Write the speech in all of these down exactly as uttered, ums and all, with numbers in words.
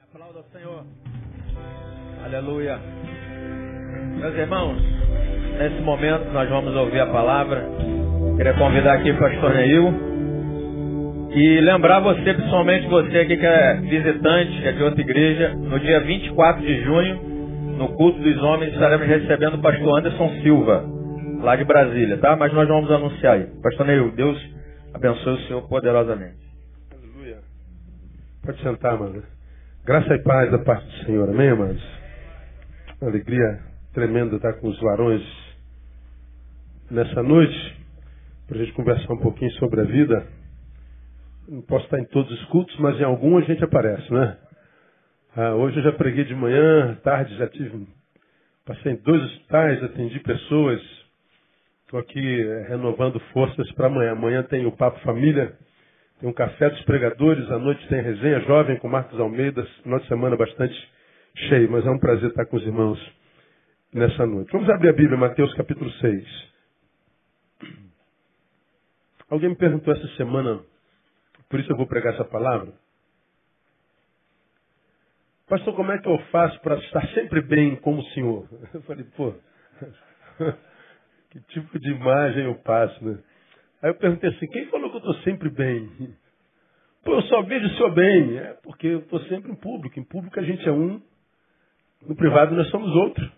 Aplauda o Senhor. Aleluia. Meus irmãos, nesse momento nós vamos ouvir a palavra. Queria convidar aqui o pastor Neil e lembrar você, principalmente você aqui que é visitante, que é de outra igreja, no dia vinte e quatro de junho, no culto dos homens, estaremos recebendo o pastor Anderson Silva, lá de Brasília, tá? Mas nós vamos anunciar aí. Pastor Neil, Deus abençoe o Senhor poderosamente. Aleluia. Pode sentar, mano. Graça e paz da parte do Senhor, amém, amados? Alegria tremenda estar com os varões nessa noite, para a gente conversar um pouquinho sobre a vida. Não posso estar em todos os cultos, mas em algum a gente aparece, né? Ah, hoje eu já preguei de manhã, tarde já tive, passei em dois hospitais, atendi pessoas. Estou aqui é, renovando forças para amanhã. Amanhã tem o Papo Família, tem um café dos pregadores, à noite tem resenha jovem com Marcos Almeida, final de semana bastante cheio, mas é um prazer estar com os irmãos nessa noite. Vamos abrir a Bíblia, Mateus capítulo seis. Alguém me perguntou essa semana, por isso eu vou pregar essa palavra. Pastor, como é que eu faço para estar sempre bem como o Senhor? Eu falei, pô, que tipo de imagem eu passo, né? Aí eu perguntei assim, quem falou que eu estou sempre bem? Pô, eu só vejo o Senhor bem. É porque eu estou sempre em público. Em público a gente é um, no privado nós somos outro.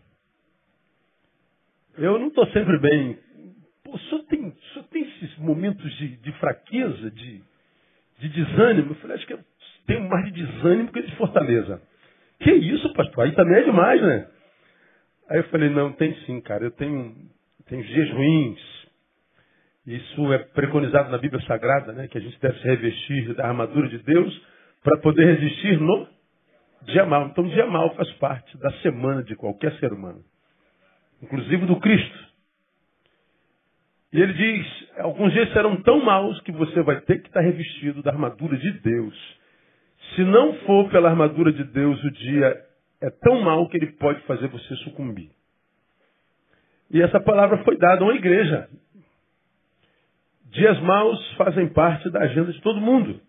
Eu não estou sempre bem. Pô, o senhor tem, o senhor tem esses momentos de, de fraqueza, de, de desânimo? Eu falei, acho que eu tenho mais de desânimo que de fortaleza. Que isso, pastor? Aí também é demais, né? Aí eu falei, não, tem sim, cara. Eu tenho, tenho dias ruins. Isso é preconizado na Bíblia Sagrada, né? Que a gente deve se revestir da armadura de Deus para poder resistir no dia mal. Então, o dia mal faz parte da semana de qualquer ser humano, inclusive do Cristo. E ele diz, alguns dias serão tão maus que você vai ter que estar revestido da armadura de Deus. Se não for pela armadura de Deus, o dia é tão mau que ele pode fazer você sucumbir. E essa palavra foi dada a uma igreja. Dias maus fazem parte da agenda de todo mundo.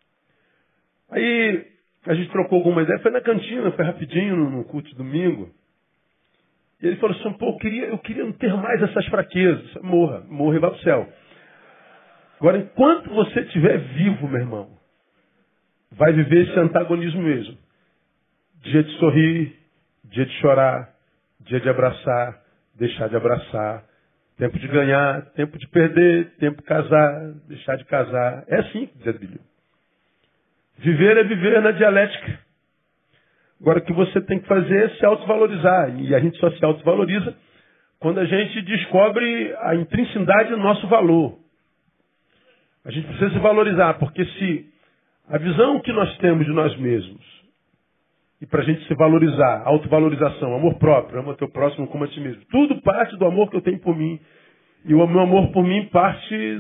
Aí a gente trocou alguma ideia, foi na cantina, foi rapidinho no culto de domingo. E ele falou assim, pô, eu queria, eu queria não ter mais essas fraquezas. Morra, morra e vá para o céu. Agora, enquanto você estiver vivo, meu irmão, vai viver esse antagonismo mesmo. Dia de sorrir, dia de chorar, dia de abraçar, deixar de abraçar, tempo de ganhar, tempo de perder, tempo de casar, deixar de casar. É assim que diz a Bíblia. Viver é viver na dialética. Agora, o que você tem que fazer é se autovalorizar. E a gente só se autovaloriza quando a gente descobre a intrinsidade do nosso valor. A gente precisa se valorizar, porque se a visão que nós temos de nós mesmos, e para a gente se valorizar, autovalorização, amor próprio, ama teu próximo como a ti mesmo, tudo parte do amor que eu tenho por mim. E o meu amor por mim parte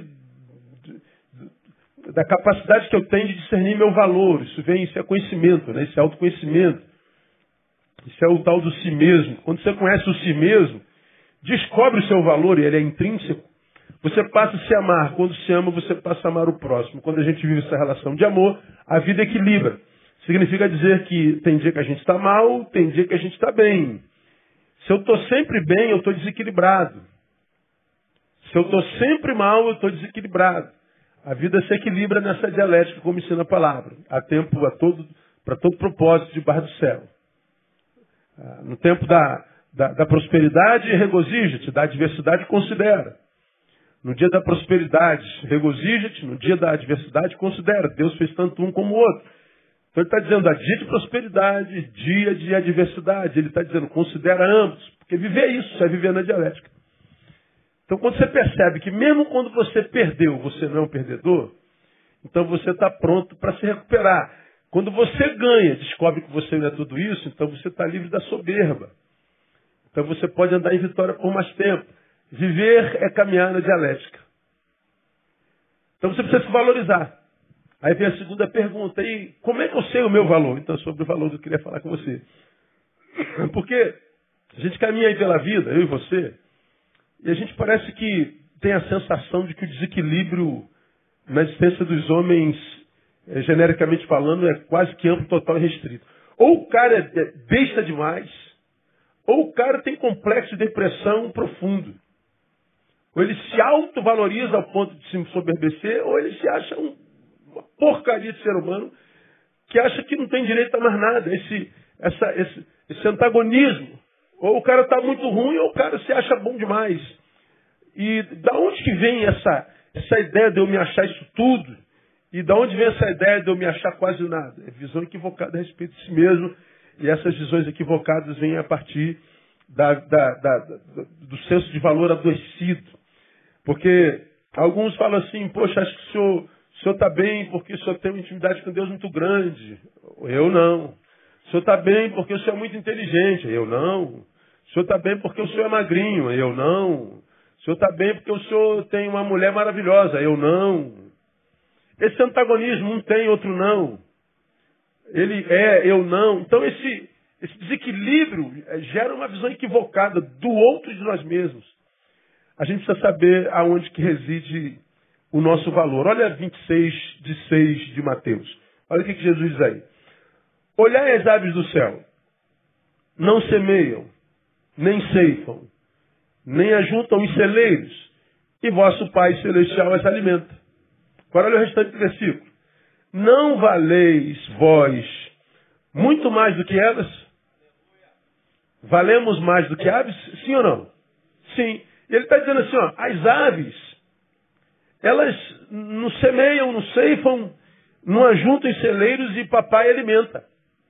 da capacidade que eu tenho de discernir meu valor. Isso vem, isso é conhecimento, né? Isso é autoconhecimento. Isso é o tal do si mesmo. Quando você conhece o si mesmo, descobre o seu valor e ele é intrínseco. Você passa a se amar. Quando se ama, você passa a amar o próximo. Quando a gente vive essa relação de amor, a vida equilibra. Significa dizer que tem dia que a gente está mal, tem dia que a gente está bem. Se eu estou sempre bem, eu estou desequilibrado. Se eu estou sempre mal, eu estou desequilibrado. A vida se equilibra nessa dialética, como ensina a palavra. Há tempo a todo, para todo propósito debaixo do céu. No tempo da, da, da prosperidade, regozija-te. Da adversidade, considera. No dia da prosperidade, regozija-te. No dia da adversidade, considera. Deus fez tanto um como o outro. Então ele está dizendo, há dia de prosperidade, dia de adversidade. Ele está dizendo, considera ambos. Porque viver é isso, é viver na dialética. Então quando você percebe que mesmo quando você perdeu, você não é um perdedor, então você está pronto para se recuperar. Quando você ganha, descobre que você não é tudo isso, então você está livre da soberba. Então você pode andar em vitória por mais tempo. Viver é caminhar na dialética. Então você precisa se valorizar. Aí vem a segunda pergunta, e como é que eu sei o meu valor? Então sobre o valor eu queria falar com você. Porque a gente caminha aí pela vida, eu e você, e a gente parece que tem a sensação de que o desequilíbrio na existência dos homens, genericamente falando, é quase que amplo, total e restrito. Ou o cara é besta demais, ou o cara tem complexo de depressão profundo. Ou ele se autovaloriza ao ponto de se soberbecer, ou ele se acha um, uma porcaria de ser humano que acha que não tem direito a mais nada. Esse, essa, esse, esse antagonismo. Ou o cara está muito ruim, ou o cara se acha bom demais. E da onde que vem essa, essa ideia de eu me achar isso tudo? E da onde vem essa ideia de eu me achar quase nada? É visão equivocada a respeito de si mesmo. E essas visões equivocadas vêm a partir da, da, da, da, do senso de valor adoecido. Porque alguns falam assim, poxa, acho que o senhor o senhor está bem porque o senhor tem uma intimidade com Deus muito grande. Eu não. O senhor está bem porque o senhor é muito inteligente. Eu não. O senhor está bem porque o senhor é magrinho. Eu não. O senhor está bem porque o senhor tem uma mulher maravilhosa. Eu não. Esse antagonismo, um tem, outro não. Ele é, eu não. Então esse, esse desequilíbrio gera uma visão equivocada do outro e de nós mesmos. A gente precisa saber aonde que reside o nosso valor. Olha vinte e seis, de seis de Mateus. Olha o que, que Jesus diz aí. Olhai as aves do céu. Não semeiam, nem ceifam, nem ajuntam em celeiros. E vosso Pai Celestial as alimenta. Agora olha o restante do versículo. Não valeis vós muito mais do que elas? Valemos mais do que aves? Sim ou não? Sim. E ele está dizendo assim, ó, as aves, elas não semeiam, não ceifam, não ajuntam em celeiros e papai alimenta.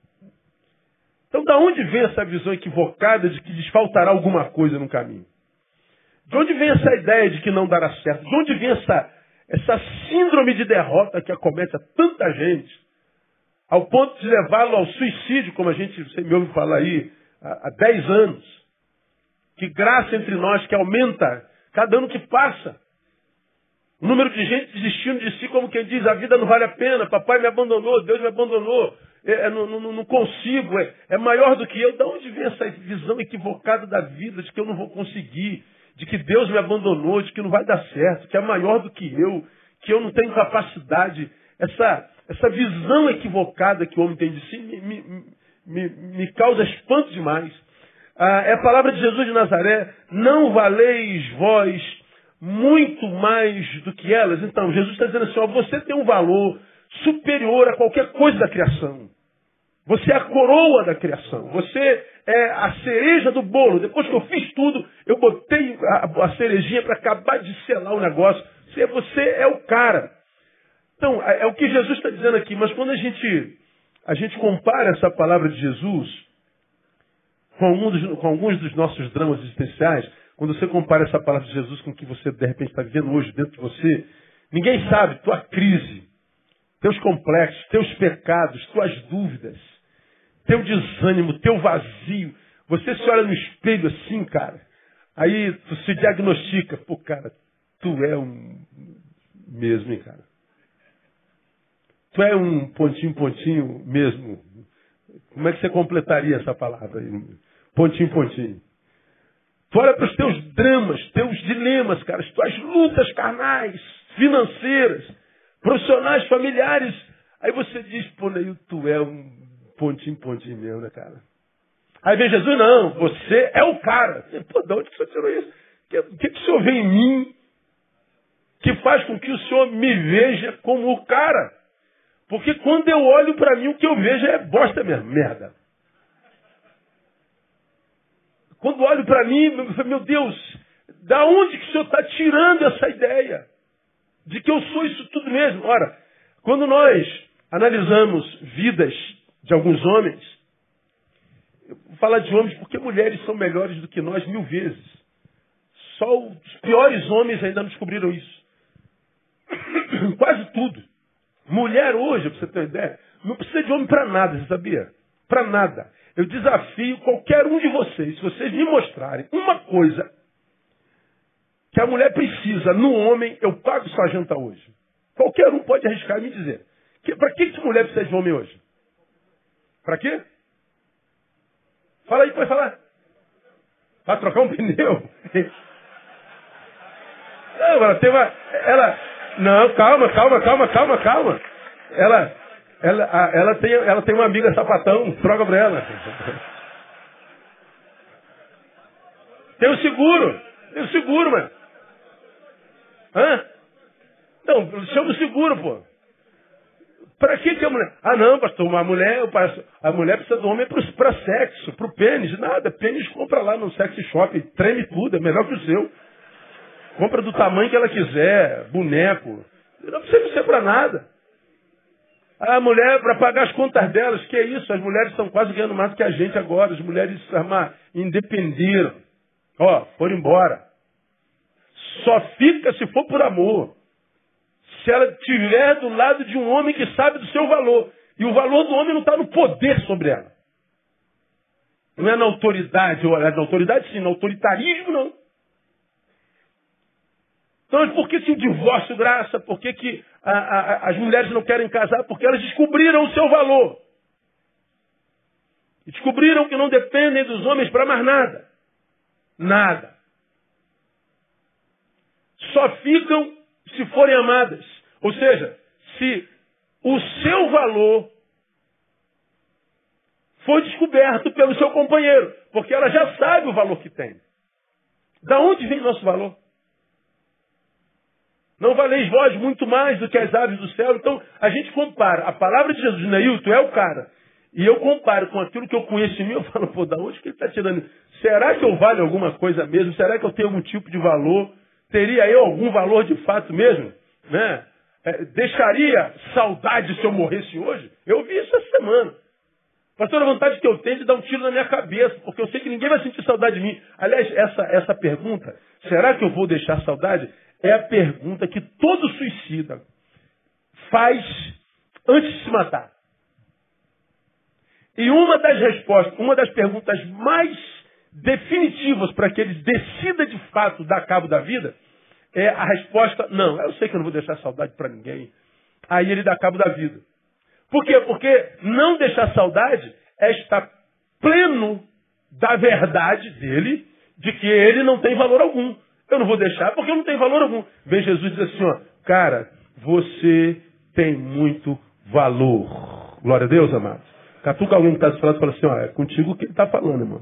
Então, da onde vem essa visão equivocada de que lhes faltará alguma coisa no caminho? De onde vem essa ideia de que não dará certo? De onde vem essa, essa síndrome de derrota que acomete a tanta gente, ao ponto de levá-lo ao suicídio, como a gente, você me ouve falar aí, há, há dez anos? Que graça entre nós que aumenta cada ano que passa. O número de gente desistindo de si, como quem diz, a vida não vale a pena, papai me abandonou, Deus me abandonou, é, é, não, não, não consigo, é, é maior do que eu. De onde vem essa visão equivocada da vida, de que eu não vou conseguir, de que Deus me abandonou, de que não vai dar certo, que é maior do que eu, que eu não tenho capacidade? Essa, essa visão equivocada que o homem tem de si me, me, me, me causa espanto demais. Ah, é a palavra de Jesus de Nazaré, não valeis vós muito mais do que elas. Então, Jesus está dizendo assim, ó, você tem um valor superior a qualquer coisa da criação. Você é a coroa da criação. Você é a cereja do bolo. Depois que eu fiz tudo, eu botei a, a cerejinha para acabar de selar o negócio. Você, você é o cara. Então, é, é o que Jesus está dizendo aqui. Mas quando a gente, a gente compara essa palavra de Jesus com, algum dos, com alguns dos nossos dramas existenciais, quando você compara essa palavra de Jesus com o que você, de repente, está vivendo hoje dentro de você, ninguém sabe, tua crise, teus complexos, teus pecados, tuas dúvidas, teu desânimo, teu vazio. Você se olha no espelho assim, cara, aí tu se diagnostica. Pô, cara, tu é um mesmo, hein, cara? Tu é um pontinho, pontinho mesmo. Como é que você completaria essa palavra aí? Pontinho, pontinho. Tu olha para os teus dramas, teus dilemas, cara, as tuas lutas carnais, financeiras, profissionais, familiares. Aí você diz, pô, Neil, tu é um pontinho, pontinho mesmo, né, cara? Aí vem Jesus, não, você é o cara. Pô, de onde que o senhor tirou isso? O que, que o senhor vê em mim que faz com que o senhor me veja como o cara? Porque quando eu olho para mim, o que eu vejo é bosta mesmo, merda. Quando olho para mim, meu Deus, da onde que o senhor está tirando essa ideia de que eu sou isso tudo mesmo? Ora, quando nós analisamos vidas de alguns homens, eu vou falar de homens porque mulheres são melhores do que nós mil vezes. Só os piores homens ainda não descobriram isso. Quase tudo. Mulher hoje, para você ter uma ideia, não precisa de homem para nada, você sabia? Para nada. Eu desafio qualquer um de vocês, se vocês me mostrarem uma coisa que a mulher precisa no homem, eu pago sua janta hoje. Qualquer um pode arriscar e me dizer. Que, para que, que mulher precisa de homem hoje? Para quê? Fala aí, pode falar. Para trocar um pneu. Não, ela tem uma... Ela... Não, calma, calma, calma, calma, calma. Ela... Ela, a, ela, tem, ela tem uma amiga sapatão, troca pra ela. Tem o seguro. Tem o seguro, mano. Hã? Não, chama o seguro, pô. Pra que que a mulher... Ah, não, pastor, uma mulher, a mulher precisa do homem para sexo, pro pênis. Nada, pênis compra lá no sex shop, treme tudo, é melhor que o seu. Compra do tamanho que ela quiser, boneco. Não precisa ser para nada. A mulher, para pagar as contas delas, que é isso? As mulheres estão quase ganhando mais do que a gente agora. As mulheres arma, independeram. Ó, foram embora. Só fica se for por amor. Se ela estiver do lado de um homem que sabe do seu valor. E o valor do homem não está no poder sobre ela. Não é na autoridade. Ou é na autoridade sim, no autoritarismo não. Então, por que, que o divórcio graça? Por que, que a, a, as mulheres não querem casar? Porque elas descobriram o seu valor. E descobriram que não dependem dos homens para mais nada. Nada. Só ficam se forem amadas. Ou seja, se o seu valor foi descoberto pelo seu companheiro. Porque ela já sabe o valor que tem. Da onde vem o nosso valor? Não valeis vós muito mais do que as aves do céu. Então, a gente compara. A palavra de Jesus, Neil, tu é o cara. E eu comparo com aquilo que eu conheço em mim. Eu falo, pô, da onde que ele está tirando? Será que eu valho alguma coisa mesmo? Será que eu tenho algum tipo de valor? Teria eu algum valor de fato mesmo? Né? É, deixaria saudade se eu morresse hoje? Eu vi isso essa semana. Pastor, a vontade que eu tenho de dar um tiro na minha cabeça, porque eu sei que ninguém vai sentir saudade de mim. Aliás, essa, essa pergunta, será que eu vou deixar saudade? É a pergunta que todo suicida faz antes de se matar. E uma das respostas, uma das perguntas mais definitivas para que ele decida de fato dar cabo da vida, é a resposta, não, eu sei que eu não vou deixar saudade para ninguém. Aí ele dá cabo da vida. Por quê? Porque não deixar saudade é estar pleno da verdade dele, de que ele não tem valor algum. Eu não vou deixar porque eu não tenho valor algum. Vem Jesus e diz assim, ó, cara, você tem muito valor. Glória a Deus, amado. Catuca alguém que está do seu lado e fala assim, ó, é contigo que ele está falando, irmão.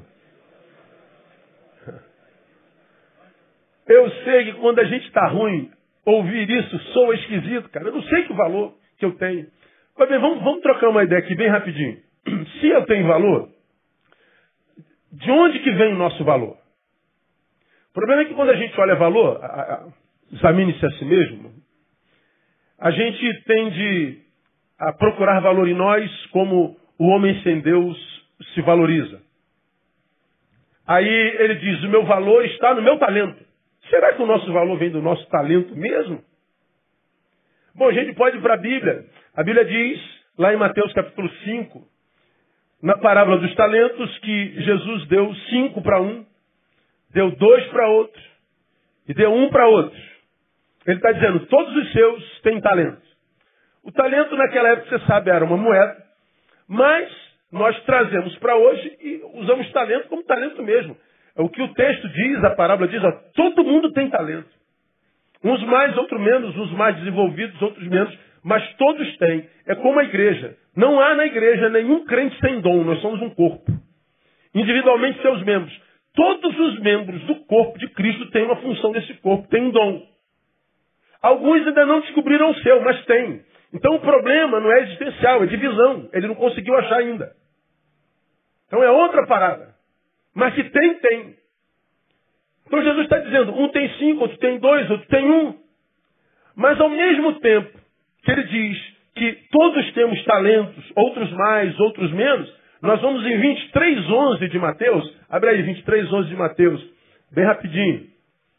Eu sei que quando a gente está ruim, ouvir isso soa esquisito, cara. Eu não sei que valor que eu tenho. Mas bem, vamos, vamos trocar uma ideia aqui bem rapidinho. Se eu tenho valor, de onde que vem o nosso valor? O problema é que quando a gente olha valor, a, a, examine-se a si mesmo, a gente tende a procurar valor em nós como o homem sem Deus se valoriza. Aí ele diz, o meu valor está no meu talento. Será que o nosso valor vem do nosso talento mesmo? Bom, a gente pode ir para a Bíblia. A Bíblia diz, lá em Mateus capítulo cinco, na parábola dos talentos, que Jesus deu cinco para um, deu dois para outro e deu um para outro. Ele está dizendo, todos os seus têm talento. O talento naquela época, você sabe, era uma moeda, mas nós trazemos para hoje e usamos talento como talento mesmo. O que o texto diz, a parábola diz, ó, todo mundo tem talento. Uns mais, outros menos, uns mais desenvolvidos, outros menos, mas todos têm. É como a igreja. Não há na igreja nenhum crente sem dom, nós somos um corpo. Individualmente seus membros. Todos os membros do corpo de Cristo têm uma função desse corpo, têm um dom. Alguns ainda não descobriram o seu, mas têm. Então o problema não é existencial, é de visão. Ele não conseguiu achar ainda. Então é outra parada. Mas que tem, tem. Então Jesus está dizendo, um tem cinco, outro tem dois, outro tem um. Mas ao mesmo tempo que ele diz que todos temos talentos, outros mais, outros menos, nós vamos em vinte e três, onze de Mateus. Abre aí, vinte e três, onze de Mateus. Bem rapidinho.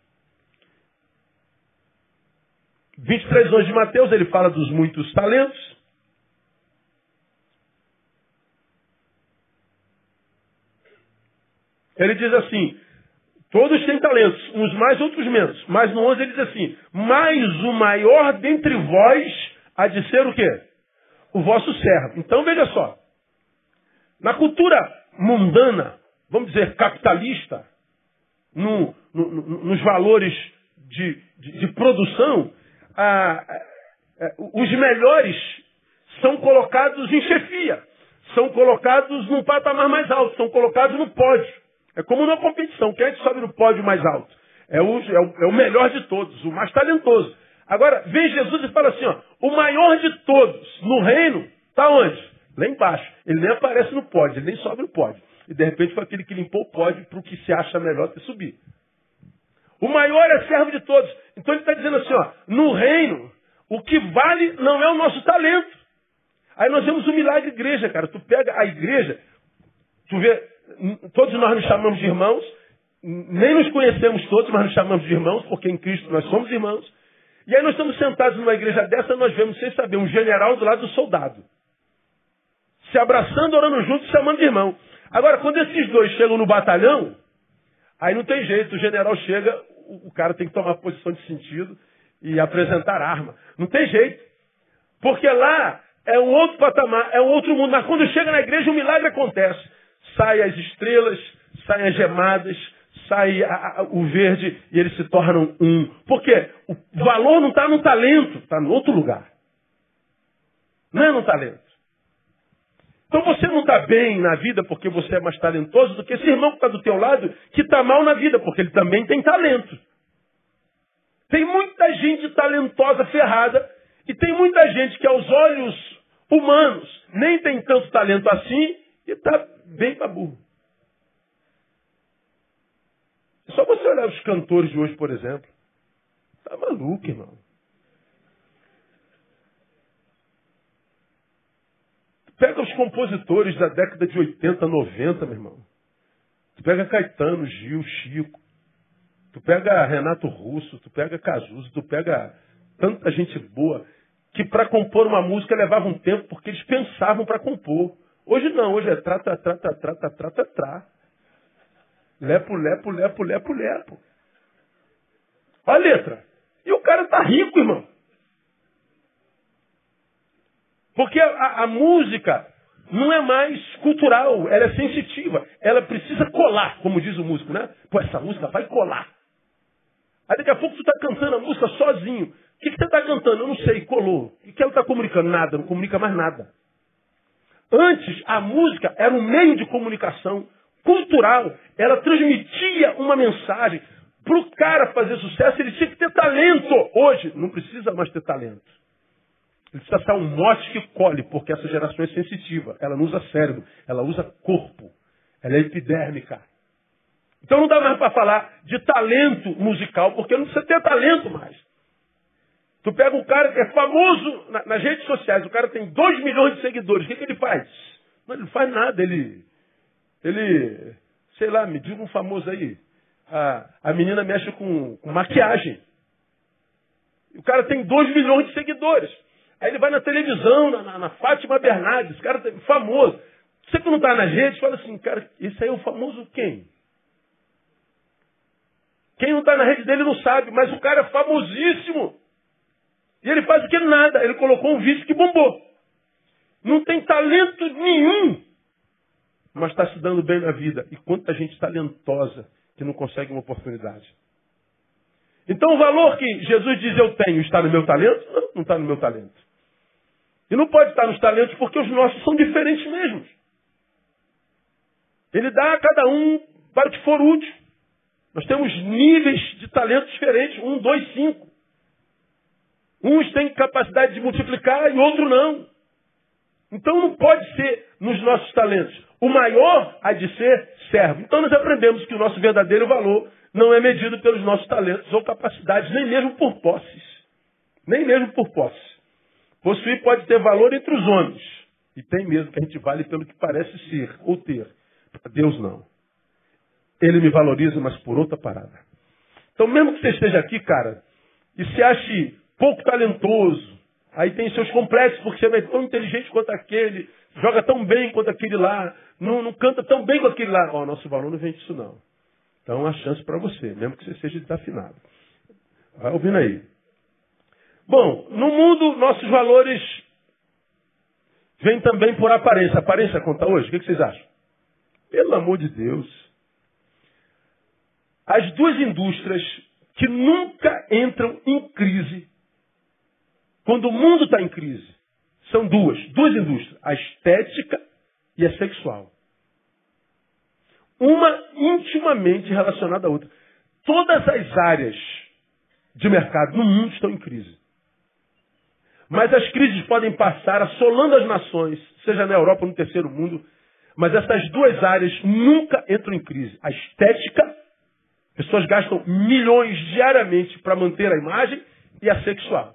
vinte e três, onze de Mateus, ele fala dos muitos talentos. Ele diz assim, todos têm talentos, uns mais, outros menos. Mas no onze ele diz assim, mas o maior dentre vós há de ser o quê? O vosso servo. Então veja só, na cultura mundana, vamos dizer capitalista, no, no, no, nos valores de, de, de produção, a, a, a, os melhores são colocados em chefia, são colocados num patamar mais alto, são colocados no pódio. É como numa competição, quem é que sobe no pódio mais alto? É o, é o, é o melhor de todos, o mais talentoso. Agora, vem Jesus e fala assim, ó, o maior de todos no reino está onde? Lá embaixo. Ele nem aparece no pódio, ele nem sobe no pódio. E de repente foi aquele que limpou o pódio para o que se acha melhor ter subir. O maior é servo de todos. Então ele está dizendo assim, ó, no reino, o que vale não é o nosso talento. Aí nós vemos o milagre igreja, cara. Tu pega a igreja, tu vê, todos nós nos chamamos de irmãos, nem nos conhecemos todos, mas nos chamamos de irmãos, porque em Cristo nós somos irmãos. E aí nós estamos sentados numa igreja dessa, nós vemos, sem saber, um general do lado do soldado. Se abraçando, orando juntos, chamando de irmão. Agora, quando esses dois chegam no batalhão, aí não tem jeito, o general chega, o cara tem que tomar posição de sentido e apresentar arma. Não tem jeito. Porque lá é um outro patamar, é um outro mundo. Mas quando chega na igreja, um milagre acontece. Saem as estrelas, saem as gemadas, sai a, a, o verde e eles se tornam um. Por quê? O valor não está no talento, está no outro lugar. Não é no talento. Então você não está bem na vida porque você é mais talentoso do que esse irmão que está do teu lado que está mal na vida, porque ele também tem talento. Tem muita gente talentosa ferrada e tem muita gente que aos olhos humanos nem tem tanto talento assim e está bem para burro. É só você olhar os cantores de hoje, por exemplo. Tá maluco, irmão. Pega os compositores da década de oitenta, noventa, meu irmão. Tu pega Caetano, Gil, Chico. Tu pega Renato Russo, tu pega Cazuza, tu pega tanta gente boa que para compor uma música levava um tempo porque eles pensavam para compor. Hoje não, hoje é tra, tra, tra, tra, tra, tra, tra, tra, tra. Lepo, lepo, lepo, lepo, lepo. Olha a letra. E o cara tá rico, irmão. Porque a, a música não é mais cultural, ela é sensitiva. Ela precisa colar, como diz o músico, né? Pô, essa música vai colar. Aí daqui a pouco tu está cantando a música sozinho. O que, que você está cantando? Eu não sei, colou. O que ela está comunicando? Nada, não comunica mais nada. Antes, a música era um meio de comunicação cultural. Ela transmitia uma mensagem. Para o cara fazer sucesso, ele tinha que ter talento. Hoje, não precisa mais ter talento. Ele precisa ser um mote que colhe, porque essa geração é sensitiva. Ela não usa cérebro, ela usa corpo. Ela é epidérmica. Então não dá mais para falar de talento musical, porque não precisa ter talento mais. Tu pega um cara que é famoso na, nas redes sociais, o cara tem dois milhões de seguidores, o que, que ele faz? Não, ele não faz nada, ele, ele, sei lá, me diga um famoso aí. A, a menina mexe com, com maquiagem. O cara tem dois milhões de seguidores. Aí ele vai na televisão, na, na, na Fátima Bernardes, o cara é famoso. Você que não está nas redes, fala assim, cara, esse aí é o famoso quem? Quem não está na rede dele não sabe, mas o cara é famosíssimo. E ele faz o que? Nada. Ele colocou um vídeo que bombou. Não tem talento nenhum, mas está se dando bem na vida. E quanta gente talentosa que não consegue uma oportunidade. Então o valor que Jesus diz eu tenho está no meu talento? Não, não está no meu talento. E não pode estar nos talentos porque os nossos são diferentes mesmo. Ele dá a cada um para o que for útil. Nós temos níveis de talento diferentes. Um, dois, cinco. Uns têm capacidade de multiplicar e outro não. Então não pode ser nos nossos talentos. O maior há de ser servo. Então nós aprendemos que o nosso verdadeiro valor não é medido pelos nossos talentos ou capacidades, nem mesmo por posses. Nem mesmo por posses. Possuir pode ter valor entre os homens. E tem mesmo que a gente vale pelo que parece ser ou ter. Para Deus não. Ele me valoriza, mas por outra parada. Então mesmo que você esteja aqui, cara, e se ache pouco talentoso, aí tem seus complexos, porque você é tão inteligente quanto aquele, joga tão bem quanto aquele lá, não, não canta tão bem quanto aquele lá. Ó, nosso valor não vem disso não. Então, uma chance para você, mesmo que você seja desafinado. Vai ouvindo aí. Bom, no mundo, nossos valores vêm também por aparência. Aparência conta hoje? O que vocês acham? Pelo amor de Deus. As duas indústrias que nunca entram em crise, quando o mundo está em crise, são duas, duas indústrias, a estética e a sexual. Uma intimamente relacionada à outra. Todas as áreas de mercado no mundo estão em crise. Mas as crises podem passar assolando as nações, seja na Europa ou no terceiro mundo, mas essas duas áreas nunca entram em crise. A estética, pessoas gastam milhões diariamente para manter a imagem, e a sexual.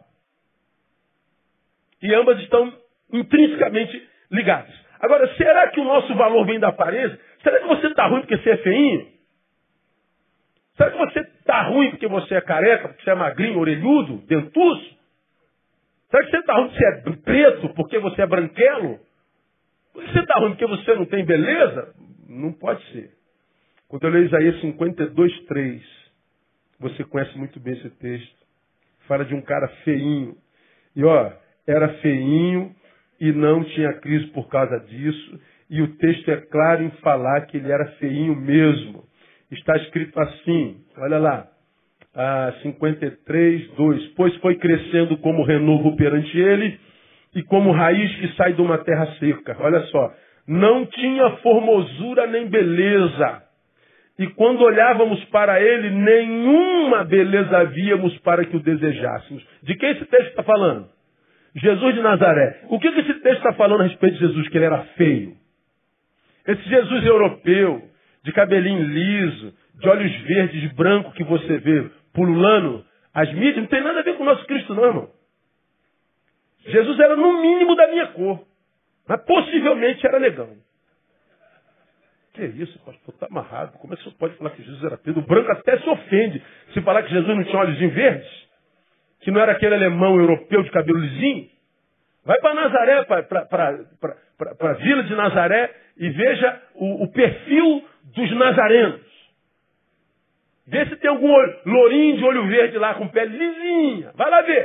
E ambas estão intrinsecamente ligadas. Agora, será que o nosso valor vem da aparência? Será que você está ruim porque você é feinho? Será que você está ruim porque você é careca, porque você é magrinho, orelhudo, dentuço? Será que você está ruim porque você é preto, porque você é branquelo? Você está ruim porque você não tem beleza? Não pode ser. Quando eu leio Isaías cinquenta e dois, três, você conhece muito bem esse texto. Fala de um cara feinho. E ó, era feinho e não tinha crise por causa disso. E o texto é claro em falar que ele era feinho mesmo. Está escrito assim, olha lá, ah, cinquenta e três, dois. Pois foi crescendo como renovo perante ele e como raiz que sai de uma terra seca. Olha só, não tinha formosura nem beleza. E quando olhávamos para ele, nenhuma beleza víamos para que o desejássemos. De quem esse texto está falando? Jesus de Nazaré. O que esse texto está falando a respeito de Jesus? Que ele era feio. Esse Jesus europeu, de cabelinho liso, de olhos verdes, branco que você vê pululando as mídias, não tem nada a ver com o nosso Cristo não, irmão. Jesus era no mínimo da minha cor, mas possivelmente era negão. Que isso, pastor, está amarrado. Como é que você pode falar que Jesus era preto? O branco até se ofende se falar que Jesus não tinha olhos verdes, que não era aquele alemão europeu de cabelo lisinho. Vai para Nazaré, para a vila de Nazaré, e veja o, o perfil dos nazarenos. Vê se tem algum olho, lourinho de olho verde lá, com pele lisinha. Vai lá ver.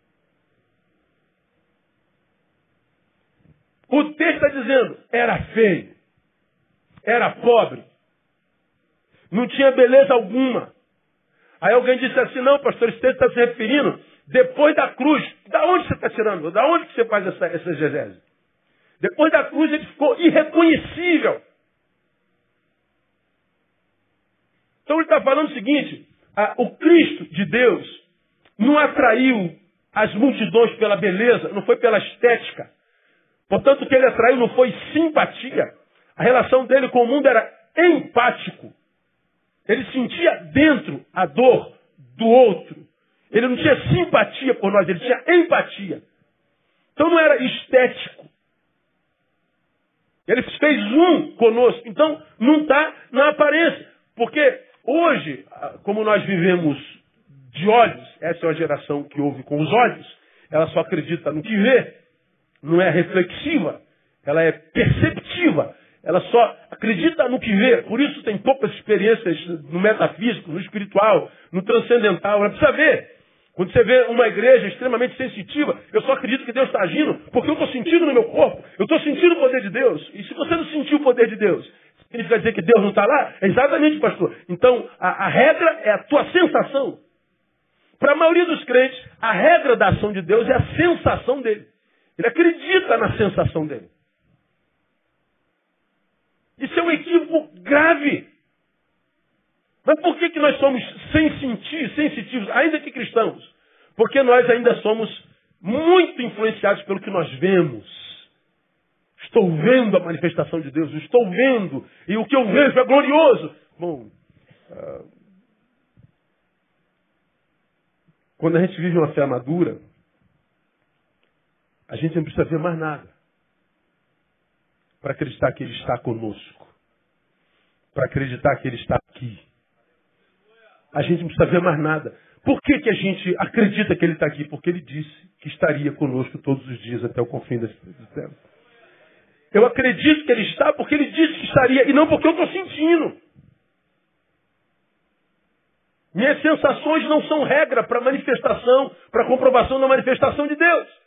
O texto está dizendo, era feio, era pobre, não tinha beleza alguma. Aí alguém disse assim, não, pastor, esse texto está se referindo depois da cruz. Da onde você está tirando? Da onde que você faz essa, essa exegese? Depois da cruz ele ficou irreconhecível. Então ele está falando o seguinte, a, o Cristo de Deus não atraiu as multidões pela beleza, não foi pela estética. Portanto, o que ele atraiu não foi simpatia. A relação dele com o mundo era empático. Ele sentia dentro a dor do outro. Ele não tinha simpatia por nós, ele tinha empatia. Então não era estético. Ele fez um conosco. Então não está na aparência. Porque hoje, como nós vivemos de olhos, essa é uma geração que ouve com os olhos, ela só acredita no que vê, não é reflexiva, ela é perceptiva. Ela só acredita no que vê, por isso tem poucas experiências no metafísico, no espiritual, no transcendental. Ela precisa ver. Quando você vê uma igreja extremamente sensitiva, eu só acredito que Deus está agindo porque eu estou sentindo no meu corpo, eu estou sentindo o poder de Deus. E se você não sentiu o poder de Deus, significa dizer que Deus não está lá? É exatamente, pastor. Então, a, a regra é a tua sensação. Para a maioria dos crentes, a regra da ação de Deus é a sensação dele. Ele acredita na sensação dele. Isso é um equívoco grave. Mas por que, que nós somos sem sentir, sensitivos, ainda que cristãos? Porque nós ainda somos muito influenciados pelo que nós vemos. Estou vendo a manifestação de Deus, estou vendo, e o que eu vejo é glorioso. Bom, uh, quando a gente vive uma fé madura, a gente não precisa ver mais nada para acreditar que Ele está conosco, para acreditar que Ele está aqui. A gente não precisa ver mais nada. Por que, que a gente acredita que Ele está aqui? Porque Ele disse que estaria conosco todos os dias até o confim desse tempo. Eu acredito que Ele está porque Ele disse que estaria e não porque eu estou sentindo. Minhas sensações não são regra para manifestação, para comprovação da manifestação de Deus.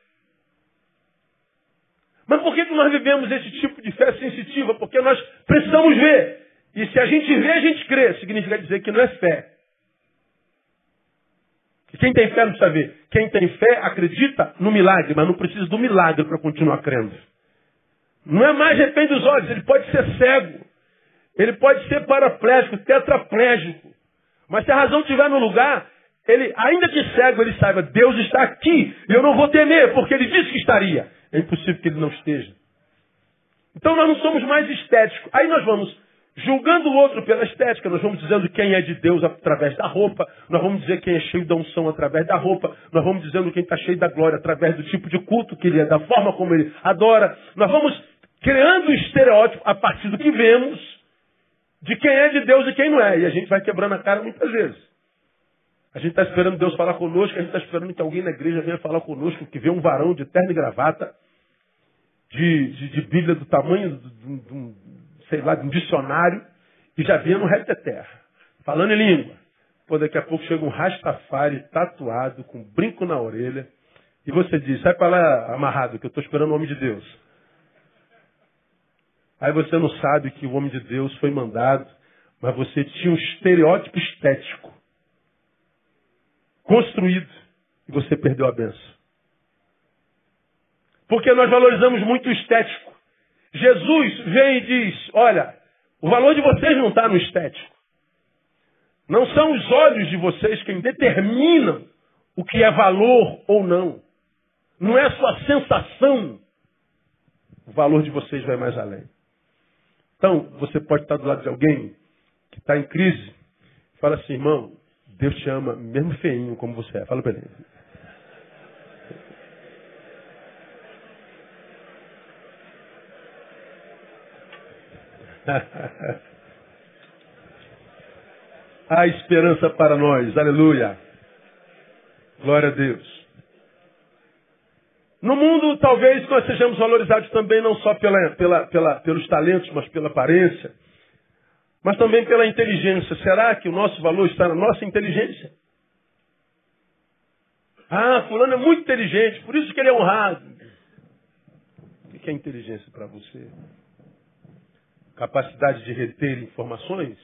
Mas por que, que nós vivemos esse tipo de fé sensitiva? Porque nós precisamos ver. E se a gente vê, a gente crê. Significa dizer que não é fé. E quem tem fé não precisa ver. Quem tem fé acredita no milagre, mas não precisa do milagre para continuar crendo. Não é mais refém dos olhos, ele pode ser cego. Ele pode ser paraplégico, tetraplégico. Mas se a razão estiver no lugar, ele, ainda que cego, ele saiba, Deus está aqui e eu não vou temer, porque ele disse que estaria. É impossível que ele não esteja. Então nós não somos mais estéticos. Aí nós vamos julgando o outro pela estética, nós vamos dizendo quem é de Deus através da roupa, nós vamos dizer quem é cheio da unção através da roupa, nós vamos dizendo quem está cheio da glória através do tipo de culto que ele é, da forma como ele adora. Nós vamos criando um estereótipo a partir do que vemos de quem é de Deus e quem não é. E a gente vai quebrando a cara muitas vezes. A gente está esperando Deus falar conosco, a gente está esperando que alguém na igreja venha falar conosco, que vê um varão de terno e gravata, de, de, de Bíblia do tamanho de, de, de um, sei lá, de um dicionário, e já vinha no reto da terra, falando em língua. Pô, daqui a pouco chega um rastafari tatuado, com um brinco na orelha, e você diz, sai para lá amarrado, que eu estou esperando o homem de Deus. Aí você não sabe que o homem de Deus foi mandado, mas você tinha um estereótipo estético construído e você perdeu a bênção. Porque nós valorizamos muito o estético. Jesus vem e diz, olha, o valor de vocês não está no estético. Não são os olhos de vocês quem determinam o que é valor ou não. Não é a sua sensação. O valor de vocês vai mais além. Então, você pode estar do lado de alguém que está em crise e fala assim, irmão, Deus te ama, mesmo feinho como você é. Fala para ele. Há esperança para nós, aleluia. Glória a Deus. No mundo, talvez nós sejamos valorizados também não só pela, pela, pela, pelos talentos, mas pela aparência, mas também pela inteligência. Será que o nosso valor está na nossa inteligência? Ah, fulano é muito inteligente, por isso que ele é honrado. O que é inteligência para você? Capacidade de reter informações?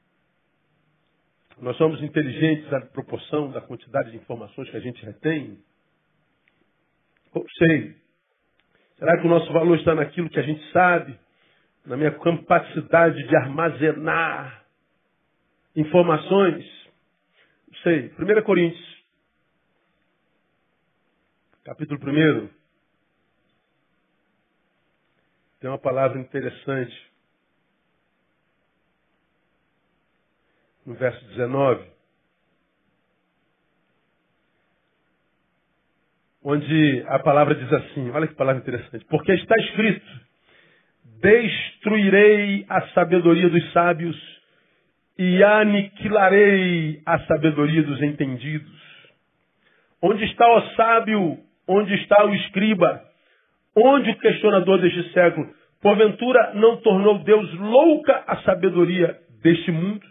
Nós somos inteligentes na proporção da quantidade de informações que a gente retém? Não sei. Será que o nosso valor está naquilo que a gente sabe? Na minha capacidade de armazenar informações? Não sei. primeira Coríntios, capítulo primeiro. Tem uma palavra interessante. No verso dezenove, onde a palavra diz assim, olha que palavra interessante, porque está escrito, destruirei a sabedoria dos sábios e aniquilarei a sabedoria dos entendidos. Onde está o sábio, onde está o escriba, onde o questionador deste século, porventura não tornou Deus louca a sabedoria deste mundo?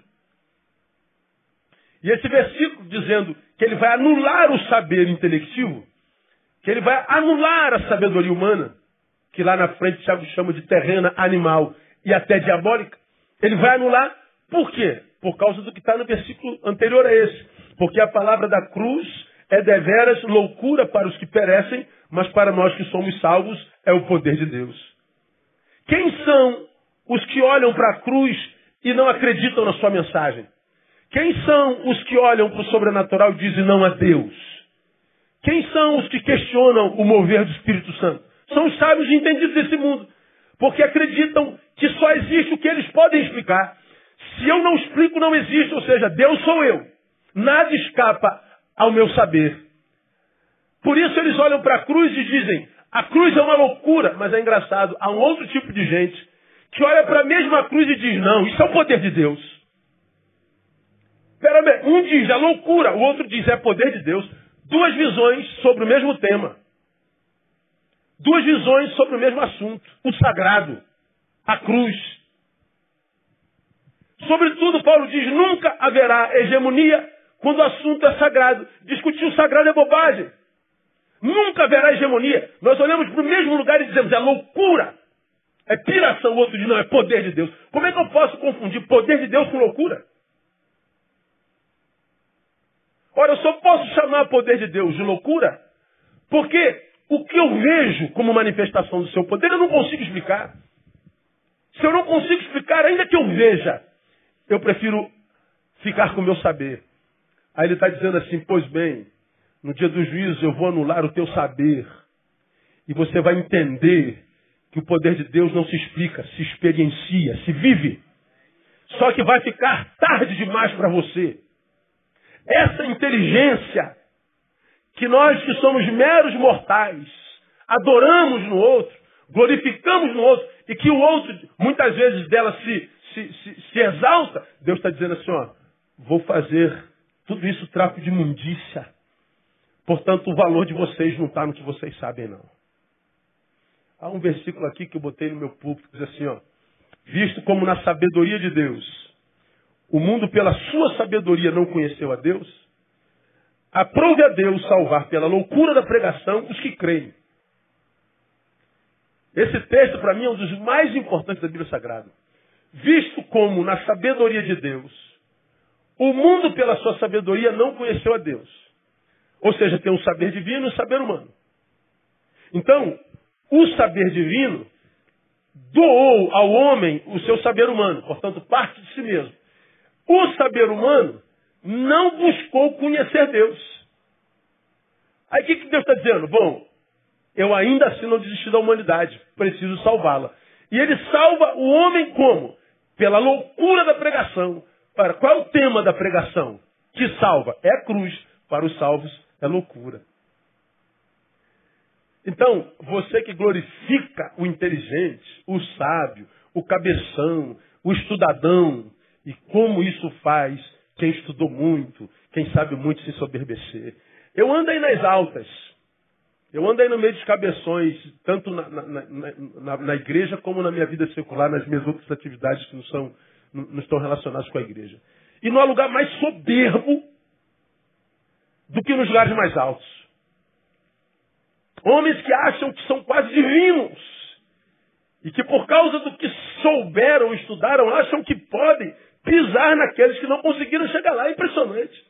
E esse versículo dizendo que ele vai anular o saber intelectivo, que ele vai anular a sabedoria humana, que lá na frente Tiago chama de terrena, animal e até diabólica, ele vai anular por quê? Por causa do que está no versículo anterior a esse. Porque a palavra da cruz é deveras loucura para os que perecem, mas para nós que somos salvos é o poder de Deus. Quem são os que olham para a cruz e não acreditam na sua mensagem? Quem são os que olham para o sobrenatural e dizem não a Deus? Quem são os que questionam o mover do Espírito Santo? São os sábios e entendidos desse mundo. Porque acreditam que só existe o que eles podem explicar. Se eu não explico, não existe. Ou seja, Deus sou eu. Nada escapa ao meu saber. Por isso eles olham para a cruz e dizem, a cruz é uma loucura. Mas é engraçado, há um outro tipo de gente que olha para a mesma cruz e diz, não, isso é o poder de Deus. Um diz, é loucura, o outro diz, é poder de Deus. Duas visões sobre o mesmo tema. Duas visões sobre o mesmo assunto. O sagrado, a cruz. Sobretudo, Paulo diz, nunca haverá hegemonia quando o assunto é sagrado. Discutir o sagrado é bobagem. Nunca haverá hegemonia. Nós olhamos para o mesmo lugar e dizemos, é loucura. É piração. O outro diz, não, é poder de Deus. Como é que eu posso confundir poder de Deus com loucura? Ora, eu só posso chamar o poder de Deus de loucura porque o que eu vejo como manifestação do seu poder eu não consigo explicar. Se eu não consigo explicar, ainda que eu veja, eu prefiro ficar com o meu saber. Aí ele está dizendo assim, pois bem, no dia do juízo eu vou anular o teu saber. E você vai entender que o poder de Deus não se explica, se experiencia, se vive. Só que vai ficar tarde demais para você. Essa inteligência que nós que somos meros mortais, adoramos no outro, glorificamos no outro, e que o outro, muitas vezes dela se, se, se, se exalta, Deus está dizendo assim, ó, vou fazer tudo isso trapo de imundícia. Portanto, o valor de vocês não está no que vocês sabem, não. Há um versículo aqui que eu botei no meu púlpito, que diz assim, ó, visto como na sabedoria de Deus, o mundo pela sua sabedoria não conheceu a Deus, aprove a Deus salvar pela loucura da pregação os que creem. Esse texto, para mim, é um dos mais importantes da Bíblia Sagrada. Visto como, na sabedoria de Deus, o mundo, pela sua sabedoria, não conheceu a Deus. Ou seja, tem um saber divino e um saber humano. Então, o saber divino doou ao homem o seu saber humano, portanto, parte de si mesmo. O saber humano não buscou conhecer Deus. Aí o que, que Deus está dizendo? Bom, eu ainda assim não desisti da humanidade, preciso salvá-la. E ele salva o homem como? Pela loucura da pregação. Para, qual é o tema da pregação? Que salva? É a cruz. Para os salvos é loucura. Então, você que glorifica o inteligente, o sábio, o cabeção, o estudadão, e como isso faz quem estudou muito, quem sabe muito se soberbecer. Eu ando aí nas altas. Eu ando aí no meio dos cabeções, tanto na, na, na, na, na igreja como na minha vida secular, nas minhas outras atividades que não, são, não, não estão relacionadas com a igreja. E não há lugar mais soberbo do que nos lugares mais altos. Homens que acham que são quase divinos. E que por causa do que souberam, estudaram, acham que podem pisar naqueles que não conseguiram chegar lá. É impressionante.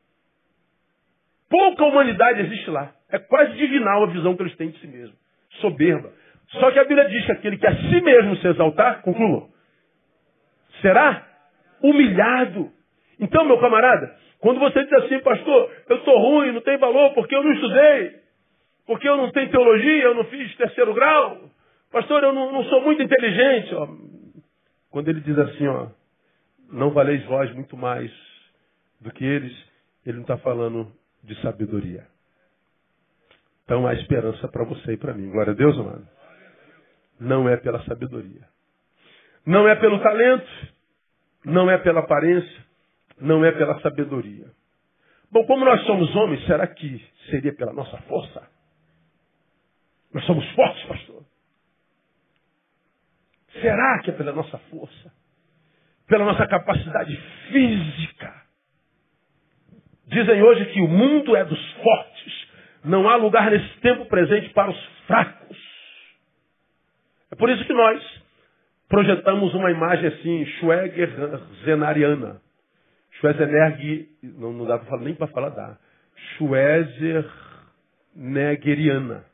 Pouca humanidade existe lá. É quase divinal a visão que eles têm de si mesmo. Soberba. Só que a Bíblia diz que aquele que a si mesmo se exaltar, conclua, será humilhado. Então, meu camarada, quando você diz assim, pastor, eu estou ruim, não tenho valor porque eu não estudei, porque eu não tenho teologia, eu não fiz terceiro grau, pastor, eu não, não sou muito inteligente. Ó. Quando ele diz assim, ó, não valeis vós muito mais do que eles, ele não está falando de sabedoria. Então há esperança para você e para mim. Glória a Deus, amado. Não é pela sabedoria. Não é pelo talento. Não é pela aparência. Não é pela sabedoria. Bom, como nós somos homens, será que seria pela nossa força? Nós somos fortes, pastor. Será que é pela nossa força? Pela nossa capacidade física? Dizem hoje que o mundo é dos fortes. Não há lugar nesse tempo presente para os fracos. É por isso que nós projetamos uma imagem assim, schweizeriana. Schwarzenegger, não, não dá para falar, nem para falar dá. Schwarzeneggeriana.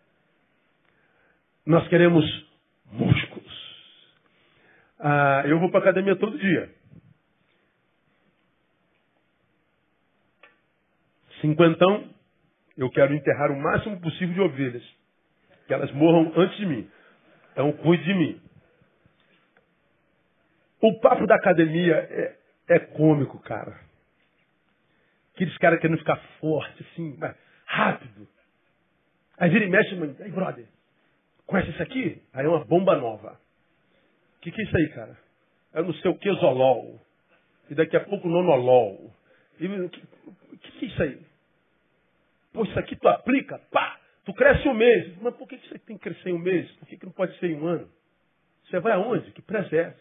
Nós queremos músculos. Ah, eu vou para a academia todo dia. Cinquentão, eu quero enterrar o máximo possível de ovelhas. Que elas morram antes de mim. Então, cuide de mim. O papo da academia é, é cômico, cara. Aqueles caras querendo ficar forte, assim, rápido. Aí vira e mexe, mano. Aí, brother, conhece isso aqui? Aí é uma bomba nova. O que, que é isso aí, cara? É não sei o que, Zolol. E daqui a pouco Nonolol. E o que, que é isso aí? Pô, isso aqui tu aplica, pá, tu cresce um mês. Mas por que você tem que crescer em um mês? Por que, que não pode ser em um ano? Você vai aonde? Que pressa é essa?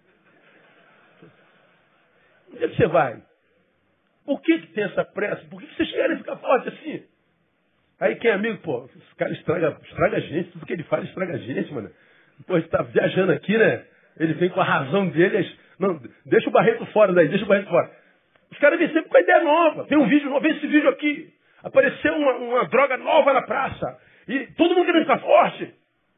Onde é que você vai? Por que, que tem essa pressa? Por que, que vocês querem ficar forte assim? Aí quem é amigo, pô, esse cara estraga, estraga a gente, tudo que ele faz estraga a gente, mano. Pô, ele tá viajando aqui, né? Ele vem com a razão dele. Não, deixa o Barreto fora daí, deixa o Barreto fora. Os caras vêm sempre com a ideia nova. Tem um vídeo novo, vem esse vídeo aqui. Apareceu uma, uma droga nova na praça. E todo mundo querendo ficar forte.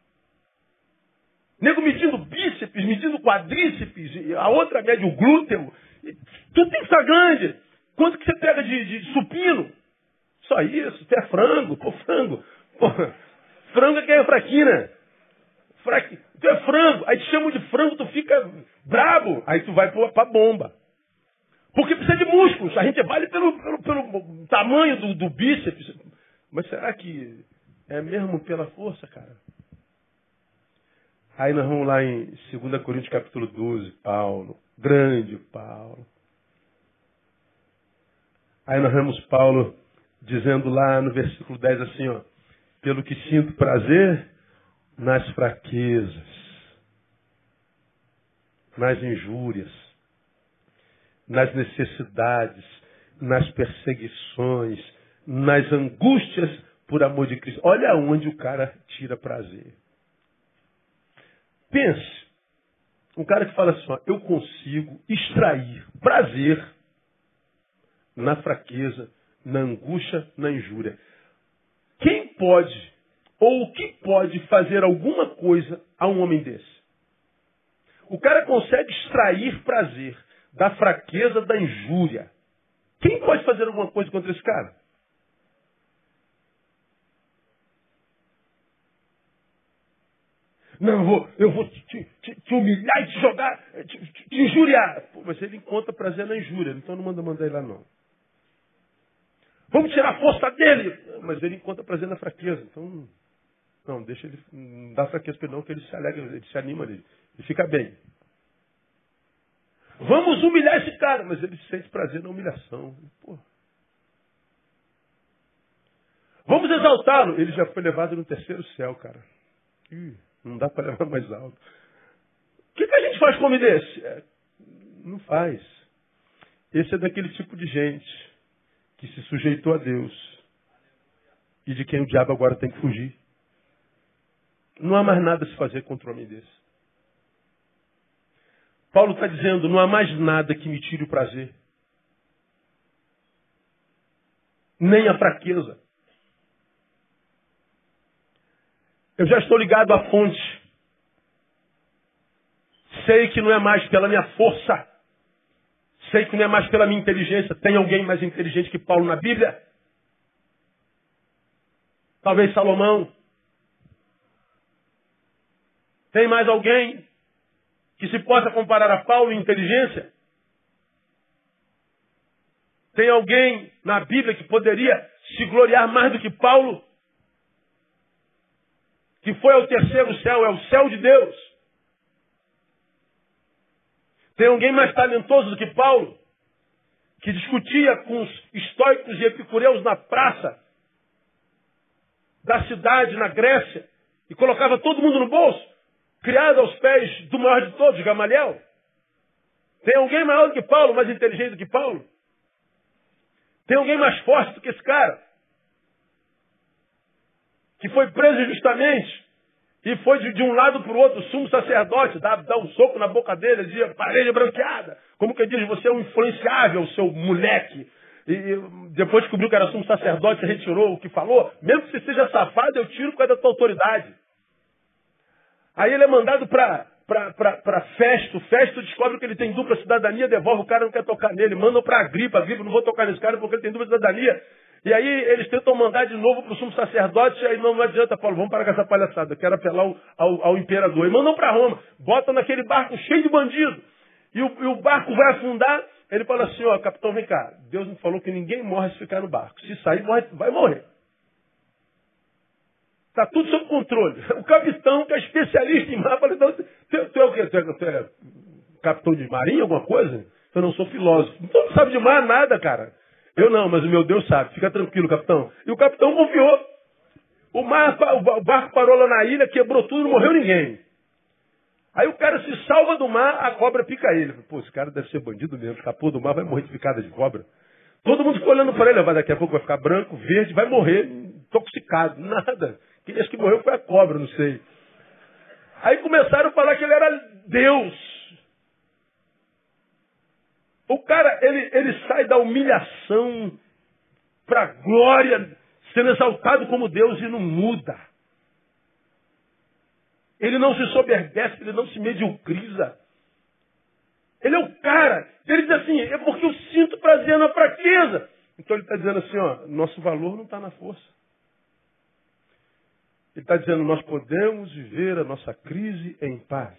Nego medindo bíceps, medindo quadríceps. E a outra mede o glúteo. E tudo tem que estar grande. Quanto que você pega de, de supino? Só isso. Você é frango. Pô, frango. Pô, frango é que é fraquina. Fraqui... Tu é frango. Aí te chamam de frango, tu fica brabo. Aí tu vai pra bomba. Porque precisa de músculos. A gente vale pelo, pelo, pelo tamanho do, do bíceps. Mas será que é mesmo pela força, cara? Aí nós vamos lá em segunda Coríntios capítulo doze, Paulo. Grande Paulo. Aí nós vemos Paulo dizendo lá no versículo dez assim, ó. Pelo que sinto prazer nas fraquezas, nas injúrias, nas necessidades, nas perseguições, nas angústias por amor de Cristo. Olha onde o cara tira prazer. Pense, um cara que fala assim, ó, eu consigo extrair prazer na fraqueza, na angústia, na injúria. Quem pode, ou o que pode fazer alguma coisa a um homem desse? O cara consegue extrair prazer da fraqueza, da injúria. Quem pode fazer alguma coisa contra esse cara? Não, eu vou, eu vou te, te, te humilhar e te jogar, te, te, te injuriar. Pô, mas ele encontra prazer na injúria, então não manda mandar ele lá não. Vamos tirar a força dele. Mas ele encontra prazer na fraqueza, então não, deixa ele, não dá fraqueza para ele não, que ele se alegra, ele se anima, ele, ele fica bem. Vamos humilhar esse cara, mas ele sente prazer na humilhação. Pô. Vamos exaltá-lo. Ele já foi levado no terceiro céu, cara. Ih, não dá para levar mais alto. O que, que a gente faz com homem desse? É, não faz. Esse é daquele tipo de gente que se sujeitou a Deus e de quem o diabo agora tem que fugir. Não há mais nada a se fazer contra um homem desse. Paulo está dizendo, não há mais nada que me tire o prazer. Nem a fraqueza. Eu já estou ligado à fonte. Sei que não é mais pela minha força. Sei que não é mais pela minha inteligência. Tem alguém mais inteligente que Paulo na Bíblia? Talvez Salomão. Tem mais alguém que se possa comparar a Paulo em inteligência? Tem alguém na Bíblia que poderia se gloriar mais do que Paulo? Que foi ao terceiro céu, é o céu de Deus. Tem alguém mais talentoso do que Paulo? Que discutia com os estoicos e epicureus na praça da cidade, na Grécia, e colocava todo mundo no bolso? Criado aos pés do maior de todos, Gamaliel. Tem alguém maior do que Paulo, mais inteligente do que Paulo? Tem alguém mais forte do que esse cara? Que foi preso injustamente e foi de, de um lado para o outro, o sumo sacerdote, dá, dá um soco na boca dele, dizia, parede branqueada. Como que diz, você é um influenciável, seu moleque. E, e depois descobriu que era sumo sacerdote, retirou o que falou. Mesmo que você seja safado, eu tiro por causa da tua autoridade. Aí ele é mandado para Festo. Festo descobre que ele tem dupla cidadania, devolve, o cara não quer tocar nele. Mandam para Agripa. Agripa, não vou tocar nesse cara porque ele tem dupla cidadania. E aí eles tentam mandar de novo para o sumo sacerdote. E aí não, não adianta, Paulo, vamos parar com essa palhaçada. Eu quero apelar ao, ao, ao imperador. E mandam para Roma. Botam naquele barco cheio de bandido. E o, e o barco vai afundar. Ele fala assim, ó, capitão, vem cá. Deus não falou que ninguém morre se ficar no barco. Se sair, morre, vai morrer. Está tudo sob controle. O capitão, que é especialista em mar, fala, então, tu, tu é o quê? Tu é, tu é capitão de marinha, alguma coisa? Eu não sou filósofo. Então não sabe de mar nada, cara. Eu não, mas o meu Deus sabe. Fica tranquilo, capitão. E o capitão confiou. O, mar, o barco parou lá na ilha, quebrou tudo, não morreu ninguém. Aí o cara se salva do mar, a cobra pica ele. Pô, esse cara deve ser bandido mesmo. Escapou do mar, vai morrer de picada de cobra. Todo mundo ficou olhando para ele. Vai, daqui a pouco vai ficar branco, verde, vai morrer intoxicado. Nada. Quem acho que morreu foi a cobra, não sei. Aí começaram a falar que ele era Deus. O cara, ele, ele sai da humilhação para a glória, sendo exaltado como Deus e não muda. Ele não se soberbece, ele não se mediocriza. Ele é o cara. Ele diz assim, é porque eu sinto prazer na fraqueza. Então ele está dizendo assim, ó, nosso valor não está na força. Ele está dizendo, nós podemos viver a nossa crise em paz.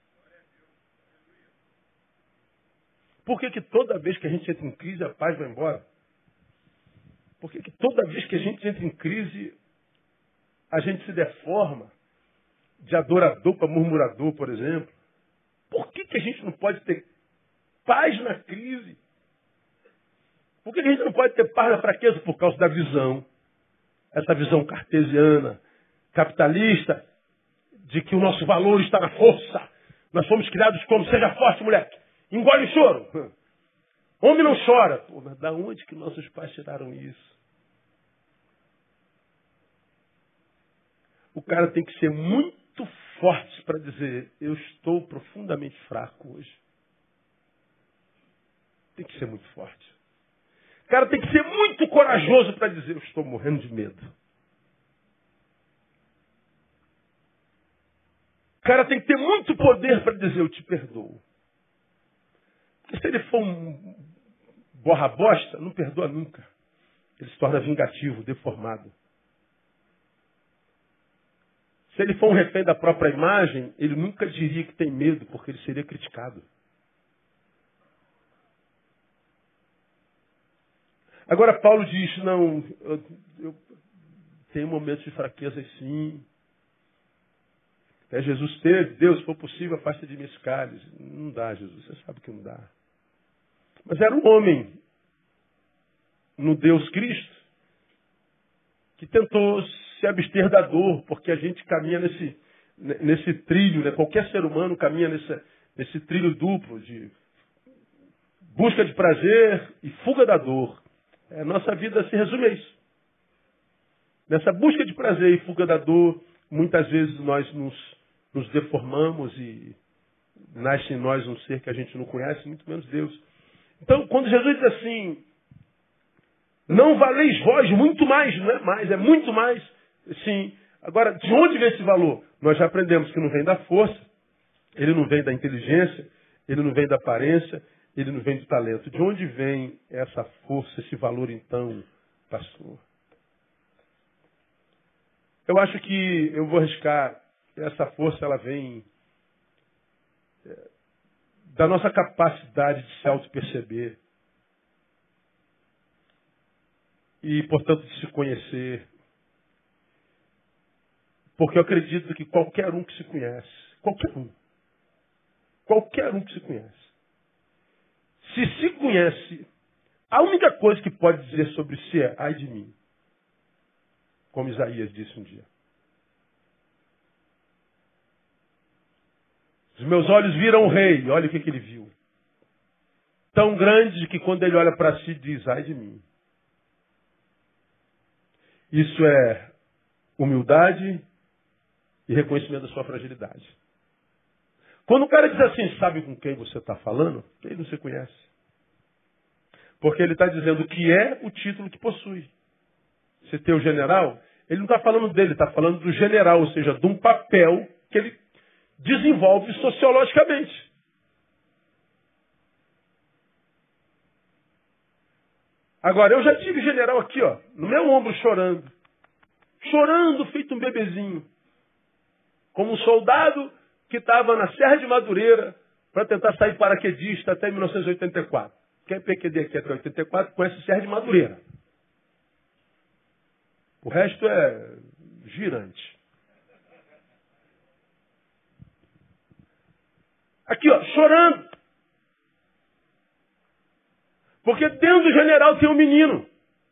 Por que que toda vez que a gente entra em crise, a paz vai embora? Por que que toda vez que a gente entra em crise, a gente se deforma de adorador para murmurador, por exemplo? Por que que a gente não pode ter paz na crise? Por que que a gente não pode ter paz na fraqueza? Por causa da visão. Essa visão cartesiana, capitalista, de que o nosso valor está na força. Nós fomos criados como, seja forte, moleque. Engole o choro. Homem não chora. Pô, mas da onde que nossos pais tiraram isso? O cara tem que ser muito forte para dizer, eu estou profundamente fraco hoje. Tem que ser muito forte. O cara tem que ser muito corajoso para dizer, eu estou morrendo de medo. O cara tem que ter muito poder para dizer, eu te perdoo. Porque se ele for um borra bosta, não perdoa nunca. Ele se torna vingativo, deformado. Se ele for um refém da própria imagem, ele nunca diria que tem medo, porque ele seria criticado. Agora Paulo diz, não, eu, eu tenho momentos de fraqueza sim. Até Jesus teve, Deus, se for possível, afasta de mim esse cálice. Não dá, Jesus, você sabe que não dá. Mas era um homem no Deus Cristo que tentou se abster da dor, porque a gente caminha nesse, nesse trilho, né? Qualquer ser humano caminha nesse, nesse trilho duplo de busca de prazer e fuga da dor. É, nossa vida se resume a isso. Nessa busca de prazer e fuga da dor, muitas vezes nós nos, nos deformamos e nasce em nós um ser que a gente não conhece, muito menos Deus. Então, quando Jesus diz assim, não valeis vós muito mais, não é mais, é muito mais. Sim. Agora, de onde vem esse valor? Nós já aprendemos que não vem da força, ele não vem da inteligência, ele não vem da aparência, ele não vem do talento. De onde vem essa força, esse valor então, pastor? Eu acho que eu vou arriscar, essa força ela vem da nossa capacidade de se auto-perceber e, portanto, de se conhecer. Porque eu acredito que qualquer um que se conhece, qualquer um, qualquer um que se conhece, se se conhece, a única coisa que pode dizer sobre si é, ai de mim, como Isaías disse um dia. Os meus olhos viram o rei, olha o que, que ele viu. Tão grande que quando ele olha para si diz, ai de mim. Isso é humildade e reconhecimento da sua fragilidade. Quando o cara diz assim, sabe com quem você está falando? Ele não se conhece. Porque ele está dizendo que é o título que possui. Se tem o general, ele não está falando dele, está falando do general, ou seja, de um papel que ele desenvolve sociologicamente. Agora, eu já tive general aqui, ó, no meu ombro chorando. Chorando, feito um bebezinho. Como um soldado que estava na Serra de Madureira para tentar sair paraquedista até mil novecentos e oitenta e quatro. Quem é P Q D aqui até oitenta e quatro conhece Serra de Madureira. O resto é girante. Aqui, ó, chorando. Porque dentro do general tem um menino.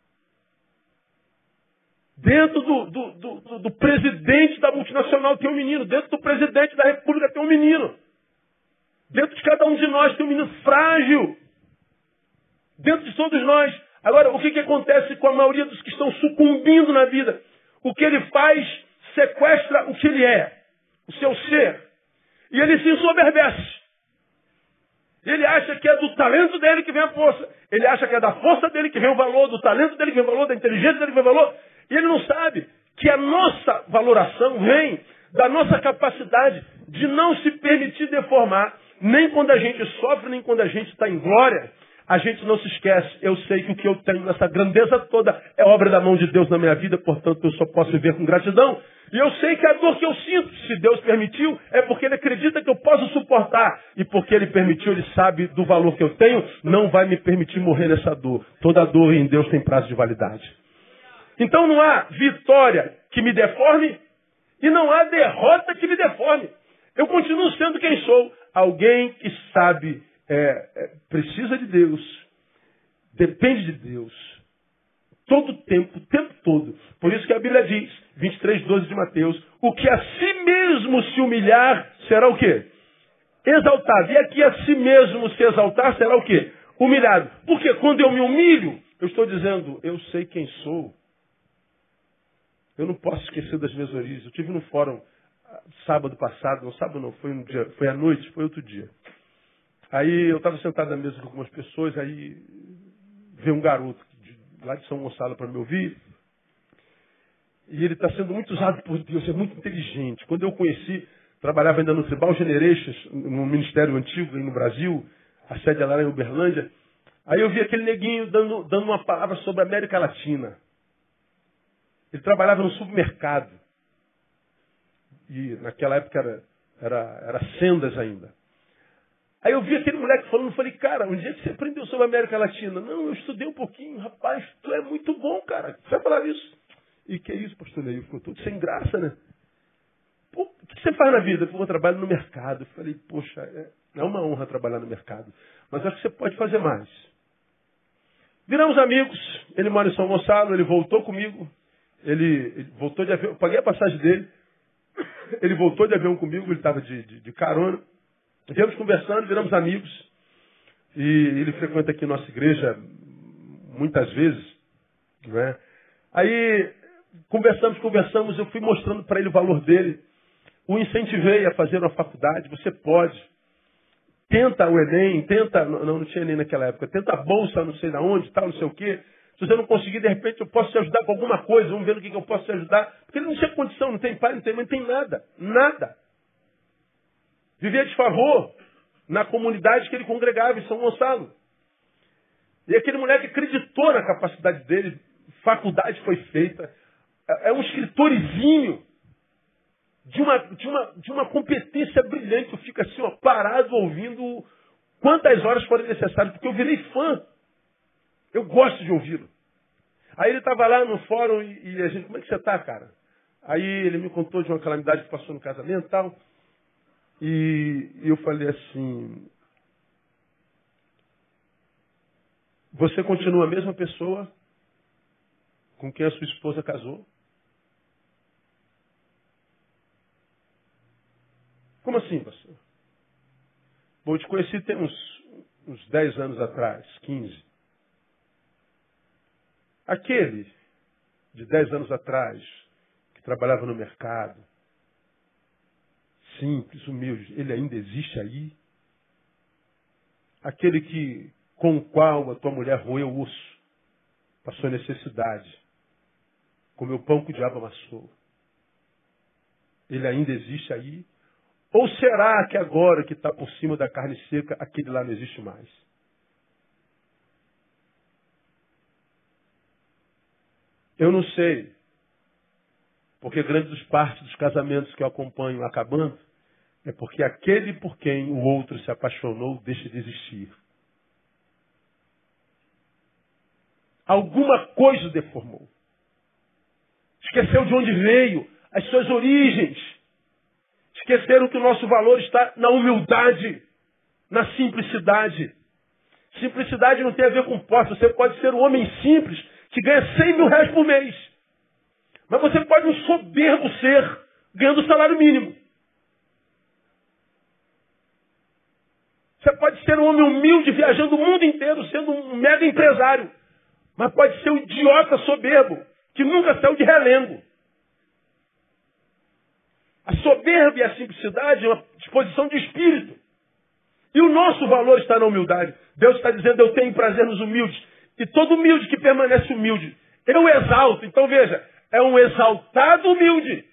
Dentro do, do, do, do presidente da multinacional tem um menino. Dentro do presidente da república tem um menino. Dentro de cada um de nós tem um menino frágil. Dentro de todos nós. Agora, o que, que acontece com a maioria dos que estão sucumbindo na vida? O que ele faz sequestra o que ele é. O seu ser. E ele se ensoberbece. Ele acha que é do talento dele que vem a força. Ele acha que é da força dele que vem o valor, do talento dele que vem o valor, da inteligência dele que vem o valor. E ele não sabe que a nossa valoração vem da nossa capacidade de não se permitir deformar. Nem quando a gente sofre, nem quando a gente está em glória, a gente não se esquece. Eu sei que o que eu tenho nessa grandeza toda é obra da mão de Deus na minha vida, portanto eu só posso viver com gratidão. E eu sei que a dor que eu sinto, se Deus permitiu, é porque Ele acredita que eu posso suportar. E porque Ele permitiu, Ele sabe do valor que eu tenho, não vai me permitir morrer nessa dor. Toda dor em Deus tem prazo de validade. Então não há vitória que me deforme e não há derrota que me deforme. Eu continuo sendo quem sou. Alguém que sabe, é, é, precisa de Deus, depende de Deus. Todo o tempo, o tempo todo. Por isso que a Bíblia diz, vinte e três, doze de Mateus, o que a si mesmo se humilhar, será o quê? Exaltado. E aqui a si mesmo se exaltar, será o quê? Humilhado. Porque quando eu me humilho, eu estou dizendo, eu sei quem sou. Eu não posso esquecer das minhas origens. Eu tive no fórum sábado passado, não sábado não, foi um dia, foi à noite, foi outro dia. Aí eu estava sentado na mesa com algumas pessoas, aí veio um garoto lá de São Gonçalo para me ouvir. E ele está sendo muito usado por Deus, é muito inteligente. Quando eu o conheci, trabalhava ainda no Tribal Generations, no ministério antigo aí no Brasil, a sede lá em Uberlândia. Aí eu vi aquele neguinho dando, dando uma palavra sobre a América Latina. Ele trabalhava no supermercado. E naquela época era, era, era Sendas ainda. Aí eu vi aquele moleque falando, falei, cara, um dia que você aprendeu sobre a América Latina? Não, eu estudei um pouquinho, rapaz, tu é muito bom, cara. Você vai falar isso? E que é isso, pastor Neil? Ficou tudo sem graça, né? Pô, o que você faz na vida? Eu trabalho no mercado. Eu falei, poxa, é, é uma honra trabalhar no mercado. Mas acho que você pode fazer mais. Viramos amigos. Ele mora em São Gonçalo, ele voltou comigo. Ele, ele voltou de avião, eu paguei a passagem dele. Ele voltou de avião comigo, ele estava de, de, de carona. Viemos conversando, viramos amigos. E ele frequenta aqui nossa igreja muitas vezes. Né? Aí, conversamos, conversamos, eu fui mostrando para ele o valor dele. O incentivei a fazer uma faculdade. Você pode. Tenta o Enem, tenta... Não, não tinha Enem naquela época. Tenta a bolsa, não sei de onde, tal, não sei o quê. Se você não conseguir, de repente, eu posso te ajudar com alguma coisa. Vamos ver no que eu posso te ajudar. Porque ele não tinha condição, não tem pai, não tem mãe, não tem nada. Nada. Vivia de favor na comunidade que ele congregava em São Gonçalo. E aquele moleque acreditou na capacidade dele. Faculdade foi feita. É um escritorzinho de uma, de uma, de uma competência brilhante. Eu fico assim, ó, parado, ouvindo quantas horas forem necessárias, porque eu virei fã. Eu gosto de ouvi-lo. Aí ele estava lá no fórum e, e a gente, como é que você está, cara? Aí ele me contou de uma calamidade que passou no casamento e tal. E eu falei assim, você continua a mesma pessoa com quem a sua esposa casou? Como assim, pastor? Bom, eu te conheci tem uns, uns dez anos atrás, quinze. Aquele de dez anos atrás, que trabalhava no mercado, simples, humilde, ele ainda existe aí? Aquele que, com o qual a tua mulher roeu o osso, passou necessidade, comeu pão que o diabo amassou, ele ainda existe aí? Ou será que agora que está por cima da carne seca, aquele lá não existe mais? Eu não sei, porque grandes parte dos casamentos que eu acompanho acabando, é porque aquele por quem o outro se apaixonou deixa de existir. Alguma coisa o deformou. Esqueceu de onde veio, as suas origens. Esqueceram que o nosso valor está na humildade, na simplicidade. Simplicidade não tem a ver com posse. Você pode ser um homem simples que ganha cem mil reais por mês. Mas você pode um soberbo ser ganhando salário mínimo. Você pode ser um homem humilde viajando o mundo inteiro sendo um mega empresário. Mas pode ser um idiota soberbo que nunca saiu de relengo. A soberba e a simplicidade é uma disposição de espírito. E o nosso valor está na humildade. Deus está dizendo, eu tenho prazer nos humildes. E todo humilde que permanece humilde, eu exalto. Então veja, é um exaltado humilde.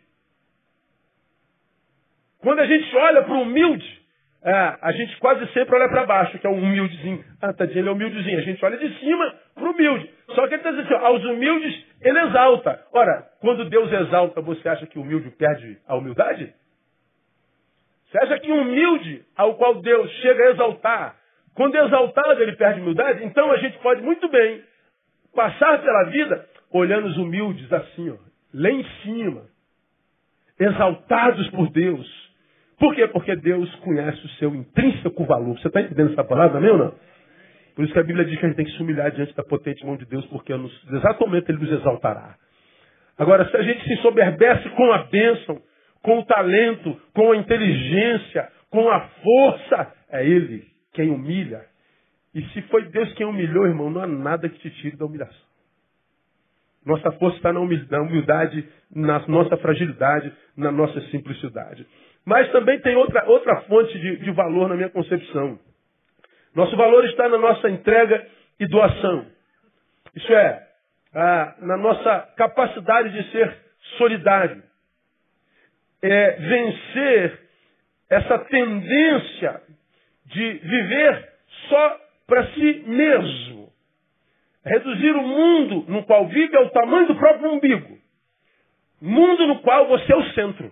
Quando a gente olha para o humilde, é, a gente quase sempre olha para baixo, que é um humildezinho. Ah, tadinho, ele é humildezinho. A gente olha de cima para o humilde. Só que ele está dizendo assim, ó, aos humildes ele exalta. Ora, quando Deus exalta, você acha que o humilde perde a humildade? Você acha que um humilde, ao qual Deus chega a exaltar, quando é exaltado ele perde a humildade? Então a gente pode muito bem passar pela vida olhando os humildes assim, ó, lá em cima, exaltados por Deus. Por quê? Porque Deus conhece o seu intrínseco valor. Você está entendendo essa palavra, não, não? Por isso que a Bíblia diz que a gente tem que se humilhar diante da potente mão de Deus, porque no exato momento Ele nos exaltará. Agora, se a gente se soberbece com a bênção, com o talento, com a inteligência, com a força, é Ele quem humilha. E se foi Deus quem humilhou, irmão, não há nada que te tire da humilhação. Nossa força está na humildade, na nossa fragilidade, na nossa simplicidade. Mas também tem outra, outra fonte de, de valor na minha concepção. Nosso valor está na nossa entrega e doação. Isso é, a, na nossa capacidade de ser solidário. É vencer essa tendência de viver só para si mesmo. Reduzir o mundo no qual vive ao tamanho do próprio umbigo. Mundo no qual você é o centro.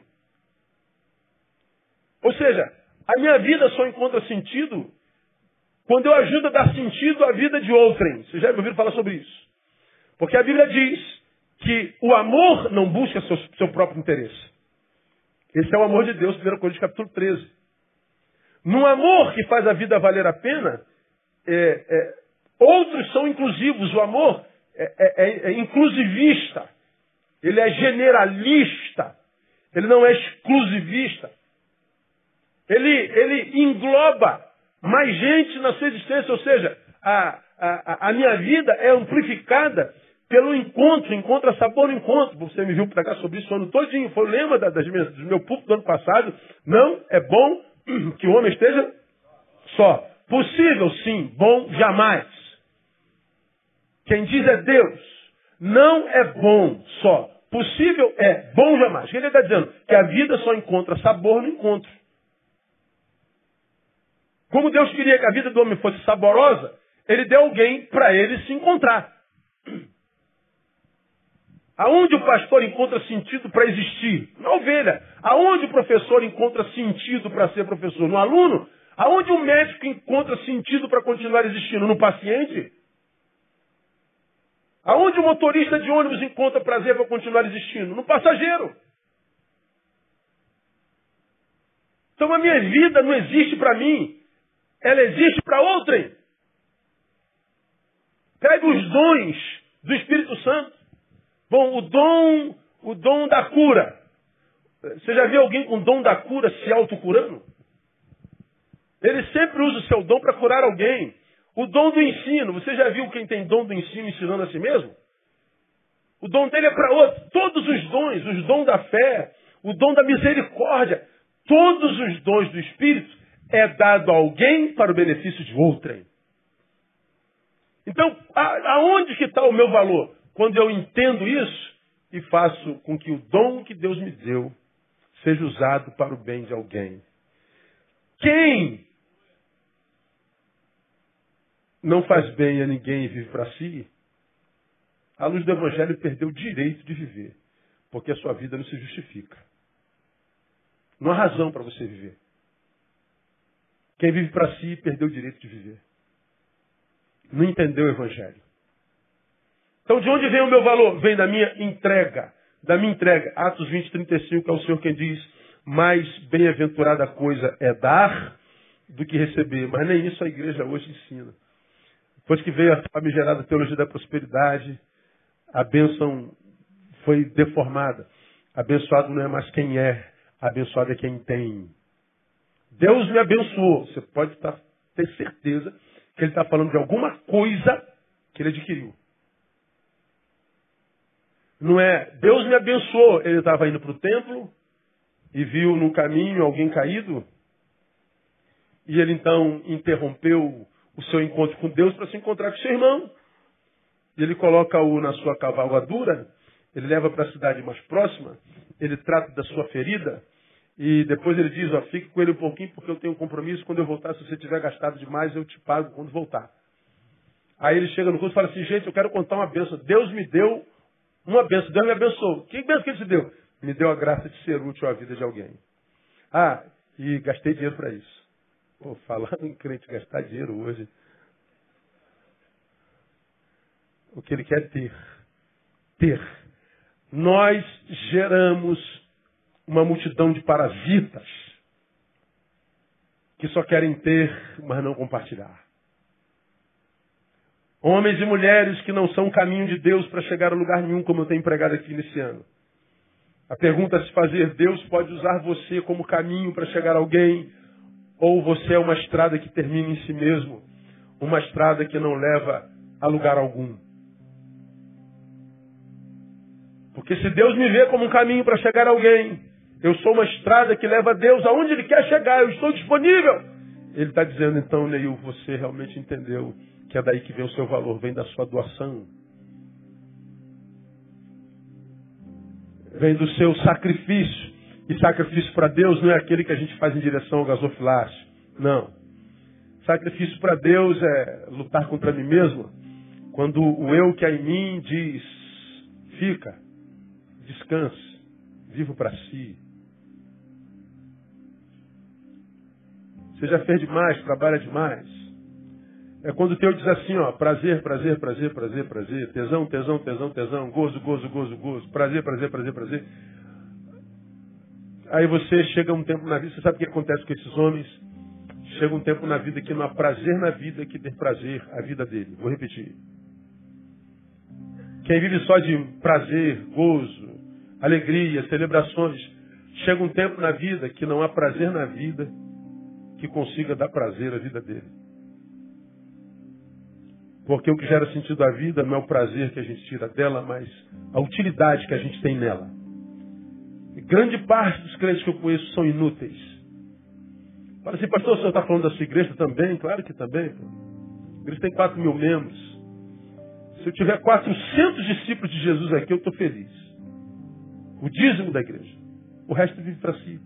Ou seja, a minha vida só encontra sentido quando eu ajudo a dar sentido à vida de outrem. Vocês já me ouviram falar sobre isso? Porque a Bíblia diz que o amor não busca seu, seu próprio interesse. Esse é o amor de Deus, primeira Coríntios capítulo treze. Num amor que faz a vida valer a pena, é, é, outros são inclusivos. O amor é, é, é inclusivista. Ele é generalista. Ele não é exclusivista. Ele, ele engloba mais gente na sua existência. Ou seja, a, a, a minha vida é amplificada pelo encontro. Encontra sabor no encontro. Você me viu pregar sobre isso o ano todinho. Foi o lema das minhas, do meu púlpito do ano passado. Não é bom que o homem esteja só. Possível, sim. Bom, jamais. Quem diz é Deus. Não é bom só. Possível é bom jamais. O que ele está dizendo? Que a vida só encontra sabor no encontro. Como Deus queria que a vida do homem fosse saborosa, Ele deu alguém para ele se encontrar. Aonde o pastor encontra sentido para existir? Na ovelha. Aonde o professor encontra sentido para ser professor? No aluno. Aonde o médico encontra sentido para continuar existindo? No paciente. Aonde o motorista de ônibus encontra prazer para continuar existindo? No passageiro. Então a minha vida não existe para mim. Ela existe para outrem. Pega os dons do Espírito Santo. Bom, o dom, o dom da cura. Você já viu alguém com dom da cura se autocurando? Ele sempre usa o seu dom para curar alguém. O dom do ensino. Você já viu quem tem dom do ensino ensinando a si mesmo? O dom dele é para outro. Todos os dons, os dons da fé, o dom da misericórdia, todos os dons do Espírito é dado a alguém para o benefício de outrem. Então, a, aonde que está o meu valor? Quando eu entendo isso e faço com que o dom que Deus me deu seja usado para o bem de alguém. Quem não faz bem a ninguém e vive para si, à luz do Evangelho perdeu o direito de viver, porque a sua vida não se justifica. Não há razão para você viver. Quem vive para si perdeu o direito de viver. Não entendeu o Evangelho. Então, de onde vem o meu valor? Vem da minha entrega. Da minha entrega. Atos vinte, trinta e cinco é o Senhor quem diz: mais bem-aventurada coisa é dar do que receber. Mas nem isso a igreja hoje ensina. Depois que veio a famigerada teologia da prosperidade, a bênção foi deformada. Abençoado não é mais quem é, abençoado é quem tem. Deus me abençoou. Você pode estar, ter certeza que ele está falando de alguma coisa que ele adquiriu. Não é, Deus me abençoou. Ele estava indo para o templo e viu no caminho alguém caído E ele então interrompeu o seu encontro com Deus para se encontrar com seu irmão. E ele coloca-o na sua cavalgadura, ele leva para a cidade mais próxima, ele trata da sua ferida, e depois ele diz, ó, fique com ele um pouquinho porque eu tenho um compromisso, quando eu voltar, se você tiver gastado demais, eu te pago quando voltar. Aí ele chega no culto e fala assim, gente, eu quero contar uma bênção. Deus me deu uma bênção, Deus me abençoou. Que bênção que ele te deu? Me deu a graça de ser útil à vida de alguém. Ah, e gastei dinheiro para isso. Pô, falando em crente gastar dinheiro hoje, o que ele quer é ter. Ter. Nós geramos uma multidão de parasitas que só querem ter, mas não compartilhar. Homens e mulheres que não são o caminho de Deus para chegar a lugar nenhum, como eu tenho pregado aqui nesse ano. A pergunta a se fazer, Deus pode usar você como caminho para chegar a alguém, ou você é uma estrada que termina em si mesmo, uma estrada que não leva a lugar algum. Porque se Deus me vê como um caminho para chegar a alguém, eu sou uma estrada que leva a Deus aonde Ele quer chegar, eu estou disponível. Ele está dizendo, então, Neil, você realmente entendeu que é daí que vem o seu valor, vem da sua doação. Vem do seu sacrifício. E sacrifício para Deus não é aquele que a gente faz em direção ao gasofilácio. Não. Sacrifício para Deus é lutar contra mim mesmo. Quando o eu que há em mim diz, fica, descanse, vivo para si. Você já fez demais, trabalha demais. É quando o teu diz assim, ó, prazer, prazer, prazer, prazer, prazer, tesão, tesão, tesão, tesão, gozo, gozo, gozo, gozo, prazer, prazer, prazer, prazer. Aí você chega um tempo na vida, você sabe o que acontece com esses homens? Chega um tempo na vida que não há prazer na vida que dê prazer à vida dele. Vou repetir. Quem vive só de prazer, gozo, alegria, celebrações, chega um tempo na vida que não há prazer na vida que consiga dar prazer à vida dele. Porque o que gera sentido à vida não é o prazer que a gente tira dela, mas a utilidade que a gente tem nela. E grande parte dos crentes que eu conheço são inúteis. Fala assim, pastor, o senhor está falando da sua igreja também? Claro que também. Pô. A igreja tem quatro mil membros. Se eu tiver quatrocentos discípulos de Jesus aqui, eu estou feliz. O dízimo da igreja. O resto vive para si.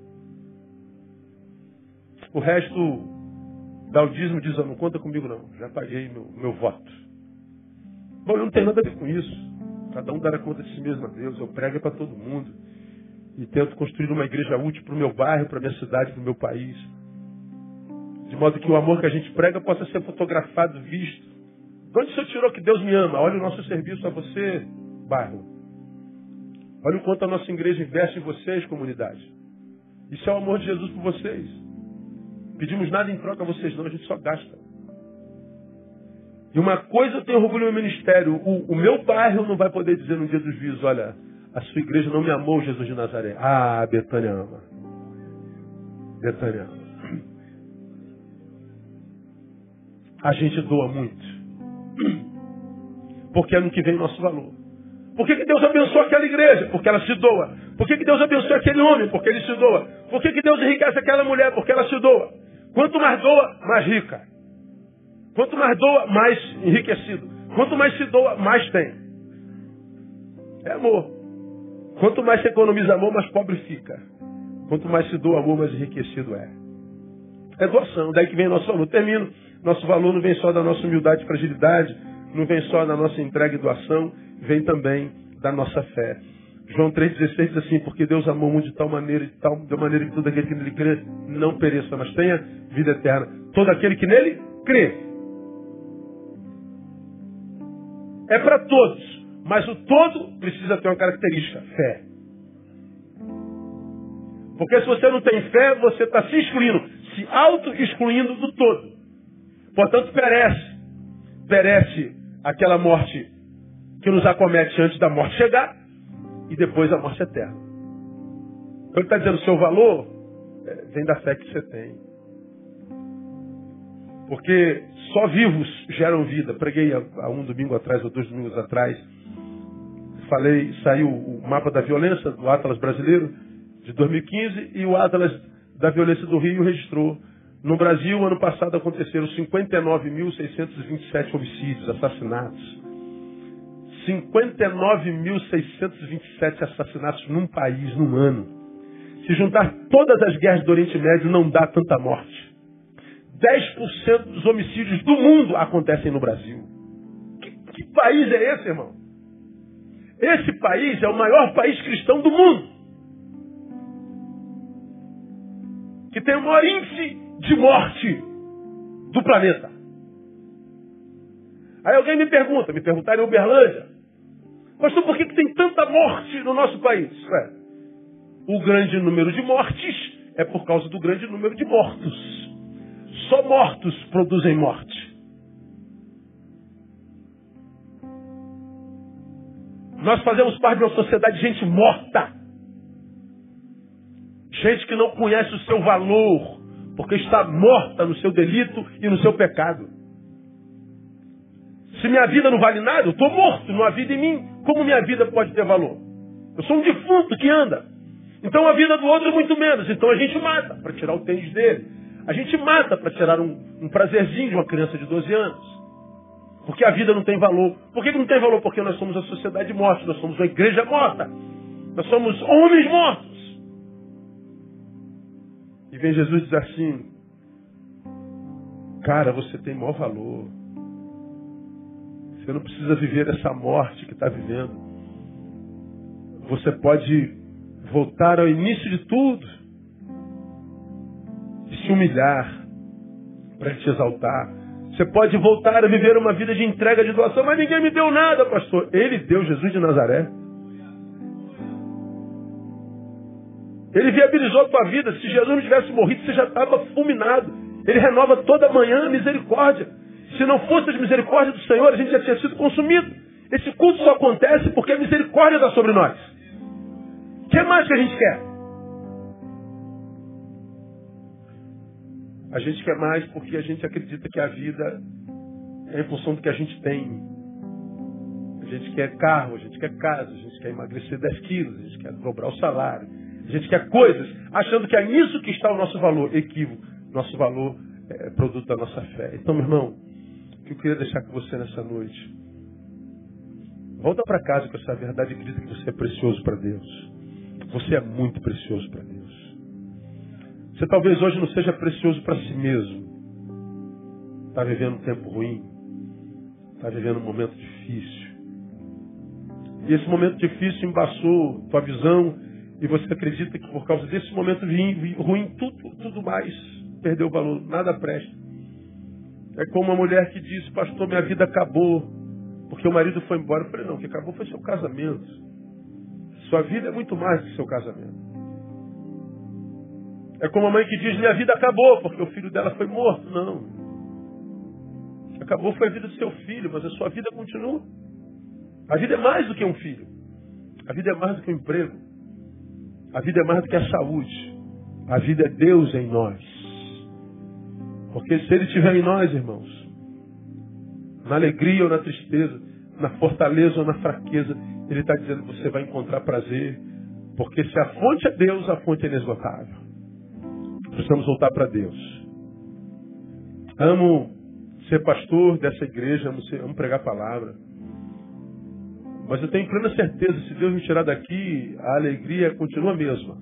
O resto dá o dízimo e diz, não conta comigo não. Já paguei meu, meu voto. Bom, eu não tenho nada a ver com isso. Cada um dará conta de si mesmo a Deus. Eu prego para todo mundo. E tento construir uma igreja útil para o meu bairro, para a minha cidade, para o meu país. De modo que o amor que a gente prega possa ser fotografado, visto. De onde o senhor tirou que Deus me ama? Olha o nosso serviço a você, bairro. Olha o quanto a nossa igreja investe em vocês, comunidade. Isso é o amor de Jesus por vocês. Pedimos nada em troca a vocês não, a gente só gasta. E uma coisa eu tenho orgulho no meu ministério. O, o meu bairro não vai poder dizer no dia dos juízos, olha, a sua igreja não me amou, Jesus de Nazaré. Ah, Betânia ama. Betânia ama. A gente doa muito. Porque é no que vem o nosso valor. Por que, que Deus abençoou aquela igreja? Porque ela se doa. Por que, que Deus abençoou aquele homem? Porque ele se doa. Por que, que Deus enriquece aquela mulher? Porque ela se doa. Quanto mais doa, mais rica. Quanto mais doa, mais enriquecido. Quanto mais se doa, mais tem. É amor. Quanto mais se economiza amor, mais pobre fica. Quanto mais se doa amor, mais enriquecido é. É doação. Daí que vem nosso valor. Termino. Nosso valor não vem só da nossa humildade e fragilidade. Não vem só da nossa entrega e doação. Vem também da nossa fé. João três dezesseis diz assim, porque Deus amou o mundo de tal maneira, de tal de maneira que todo aquele que nele crê não pereça, mas tenha vida eterna. Todo aquele que nele crê. É para todos, mas o todo precisa ter uma característica, fé. Porque se você não tem fé, você está se excluindo, se auto-excluindo do todo. Portanto, perece. Perece aquela morte que nos acomete antes da morte chegar e depois a morte eterna. Então ele está dizendo, o seu valor é, vem da fé que você tem. Porque só vivos geram vida. Preguei há, há um domingo atrás, ou dois domingos atrás, falei, saiu o mapa da violência do Atlas brasileiro de dois mil e quinze e o Atlas da violência do Rio registrou No Brasil, ano passado, aconteceram cinquenta e nove mil seiscentos e vinte e sete homicídios, assassinatos. cinquenta e nove mil seiscentos e vinte e sete assassinatos num país, num ano. Se juntar todas as guerras do Oriente Médio, não dá tanta morte. dez por cento dos homicídios do mundo acontecem no Brasil. Que, que país é esse, irmão? Esse país é o maior país cristão do mundo. Que tem o maior índice de morte do planeta. Aí alguém me pergunta, me perguntaram em Uberlândia, pastor, por que, que tem tanta morte no nosso país? Ué, o grande número de mortes é por causa do grande número de mortos. Só mortos produzem morte. Nós fazemos parte de uma sociedade de gente morta. Gente que não conhece o seu valor, porque está morta no seu delito e no seu pecado. Se minha vida não vale nada, eu estou morto, não há vida em mim. Como minha vida pode ter valor? Eu sou um defunto que anda. Então a vida do outro é muito menos. Então a gente mata para tirar o tênis dele. A gente mata para tirar um, um prazerzinho de uma criança de doze anos. Porque a vida não tem valor. Por que não tem valor? Porque nós somos a sociedade morta, nós somos uma igreja morta. Nós somos homens mortos. E vem Jesus dizer assim, cara, você tem maior valor. Você não precisa viver essa morte que está vivendo. Você pode voltar ao início de tudo. E se humilhar para te exaltar. Você pode voltar a viver uma vida de entrega, de doação. Mas ninguém me deu nada, pastor. Ele deu Jesus de Nazaré. Ele viabilizou a tua vida. Se Jesus não tivesse morrido, você já estava fulminado. Ele renova toda manhã a misericórdia. Se não fosse as misericórdias do Senhor, a gente já tinha sido consumido. Esse culto só acontece porque a misericórdia está sobre nós. O que mais que a gente quer? A gente quer mais porque a gente acredita que a vida é em função do que a gente tem. A gente quer carro, a gente quer casa, a gente quer emagrecer dez quilos, a gente quer dobrar o salário. A gente quer coisas, achando que é nisso que está o nosso valor. Equívoco. Nosso valor é produto da nossa fé. Então, meu irmão, o que eu queria deixar com você nessa noite? Volta para casa com essa verdade e acredita que você é precioso para Deus. Você é muito precioso para Deus. Você talvez hoje não seja precioso para si mesmo. Está vivendo um tempo ruim. Está vivendo um momento difícil. E esse momento difícil embaçou tua visão. E você acredita que por causa desse momento ruim, tudo, tudo mais perdeu o valor. Nada presta. É como uma mulher que diz, pastor, minha vida acabou. Porque o marido foi embora. Eu falei, não, o que acabou foi seu casamento. Sua vida é muito mais do que seu casamento. É como a mãe que diz, minha vida acabou, porque o filho dela foi morto. Não. O que acabou foi a vida do seu filho, mas a sua vida continua. A vida é mais do que um filho. A vida é mais do que um emprego. A vida é mais do que a saúde. A vida é Deus em nós. Porque se Ele estiver em nós, irmãos, na alegria ou na tristeza, na fortaleza ou na fraqueza, Ele está dizendo que você vai encontrar prazer. Porque se a fonte é Deus, a fonte é inesgotável. Precisamos voltar para Deus. Amo ser pastor dessa igreja, amo, ser, amo pregar a palavra. Mas eu tenho plena certeza, se Deus me tirar daqui, a alegria continua a mesma.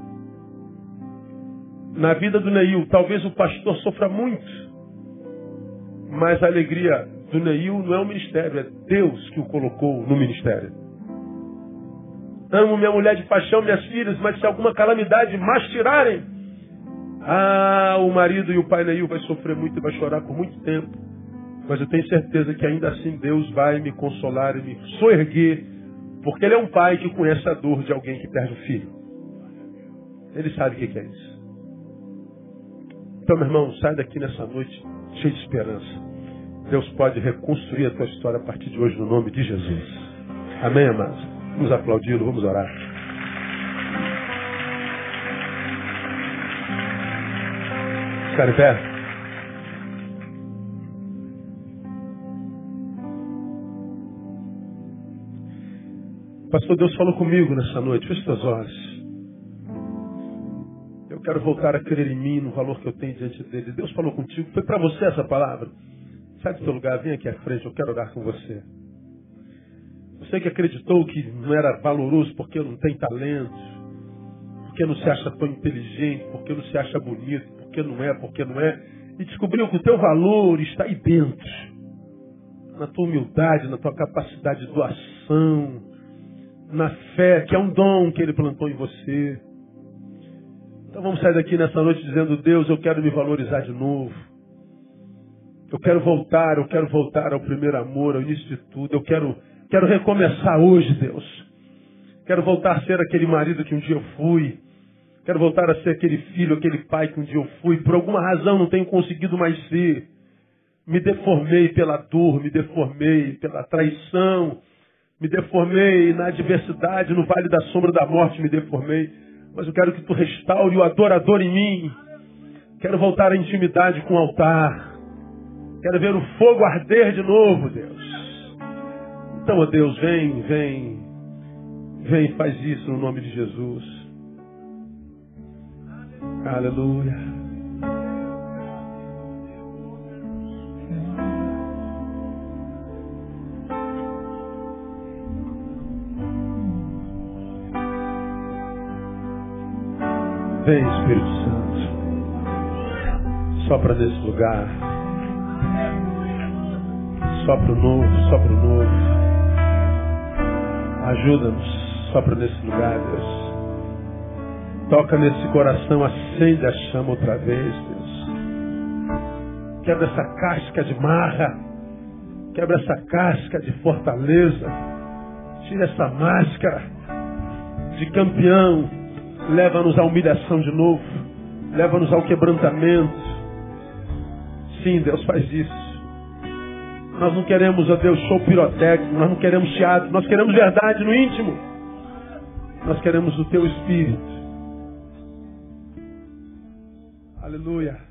Na vida do Neil, talvez o pastor sofra muito, mas a alegria do Neil não é o ministério, é Deus que o colocou no ministério. Amo minha mulher de paixão, minhas filhas, mas se alguma calamidade mais tirarem, ah, o marido e o pai Neil vai sofrer muito e vai chorar por muito tempo. Mas eu tenho certeza que ainda assim Deus vai me consolar e me soerguer, porque Ele é um pai que conhece a dor de alguém que perde um filho. Ele sabe o que é isso. Então, meu irmão, sai daqui nessa noite cheio de esperança. Deus pode reconstruir a tua história a partir de hoje no nome de Jesus. Amém, amados? Vamos aplaudi-lo, vamos orar. Ficar em pé. Pastor, Deus falou comigo nessa noite. Feche seus olhos. Eu Eu quero voltar a crer em mim, no valor que eu tenho diante dele. Deus falou contigo. Foi para você essa palavra? Sai do teu lugar, vem aqui à frente, eu quero orar com você. Você que acreditou que não era valoroso porque não tem talento, porque não se acha tão inteligente, porque não se acha bonito, porque não é, porque não é, e descobriu que o teu valor está aí dentro, na tua humildade, na tua capacidade de doação, na fé, que é um dom que ele plantou em você. Então vamos sair daqui nessa noite dizendo: Deus, eu quero me valorizar de novo. Eu quero voltar, eu quero voltar ao primeiro amor, ao início de tudo. Eu quero, quero recomeçar hoje, Deus. Quero voltar a ser aquele marido que um dia eu fui. Quero voltar a ser aquele filho, aquele pai que um dia eu fui. Por alguma razão não tenho conseguido mais ser. Me deformei pela dor, me deformei pela traição, me deformei na adversidade, no vale da sombra da morte, me deformei. Mas eu quero que tu restaure o adorador em mim. Quero voltar à intimidade com o altar. Quero ver o fogo arder de novo, Deus. Então, ó Deus, vem, vem. Vem, faz isso no nome de Jesus. Aleluia. Vem, Espírito Santo. Sopra nesse lugar. Sopra o novo, sopra o novo. Ajuda-nos, sopra nesse lugar, Deus. Toca nesse coração, acende a chama outra vez, Deus. Quebra essa casca de marra. Quebra essa casca de fortaleza. Tira essa máscara de campeão. Leva-nos à humilhação de novo. Leva-nos ao quebrantamento. Sim, Deus, faz isso. Nós não queremos, ó Deus, show pirotécnico. Nós não queremos teatro. Nós queremos verdade no íntimo. Nós queremos o Teu Espírito. Aleluia.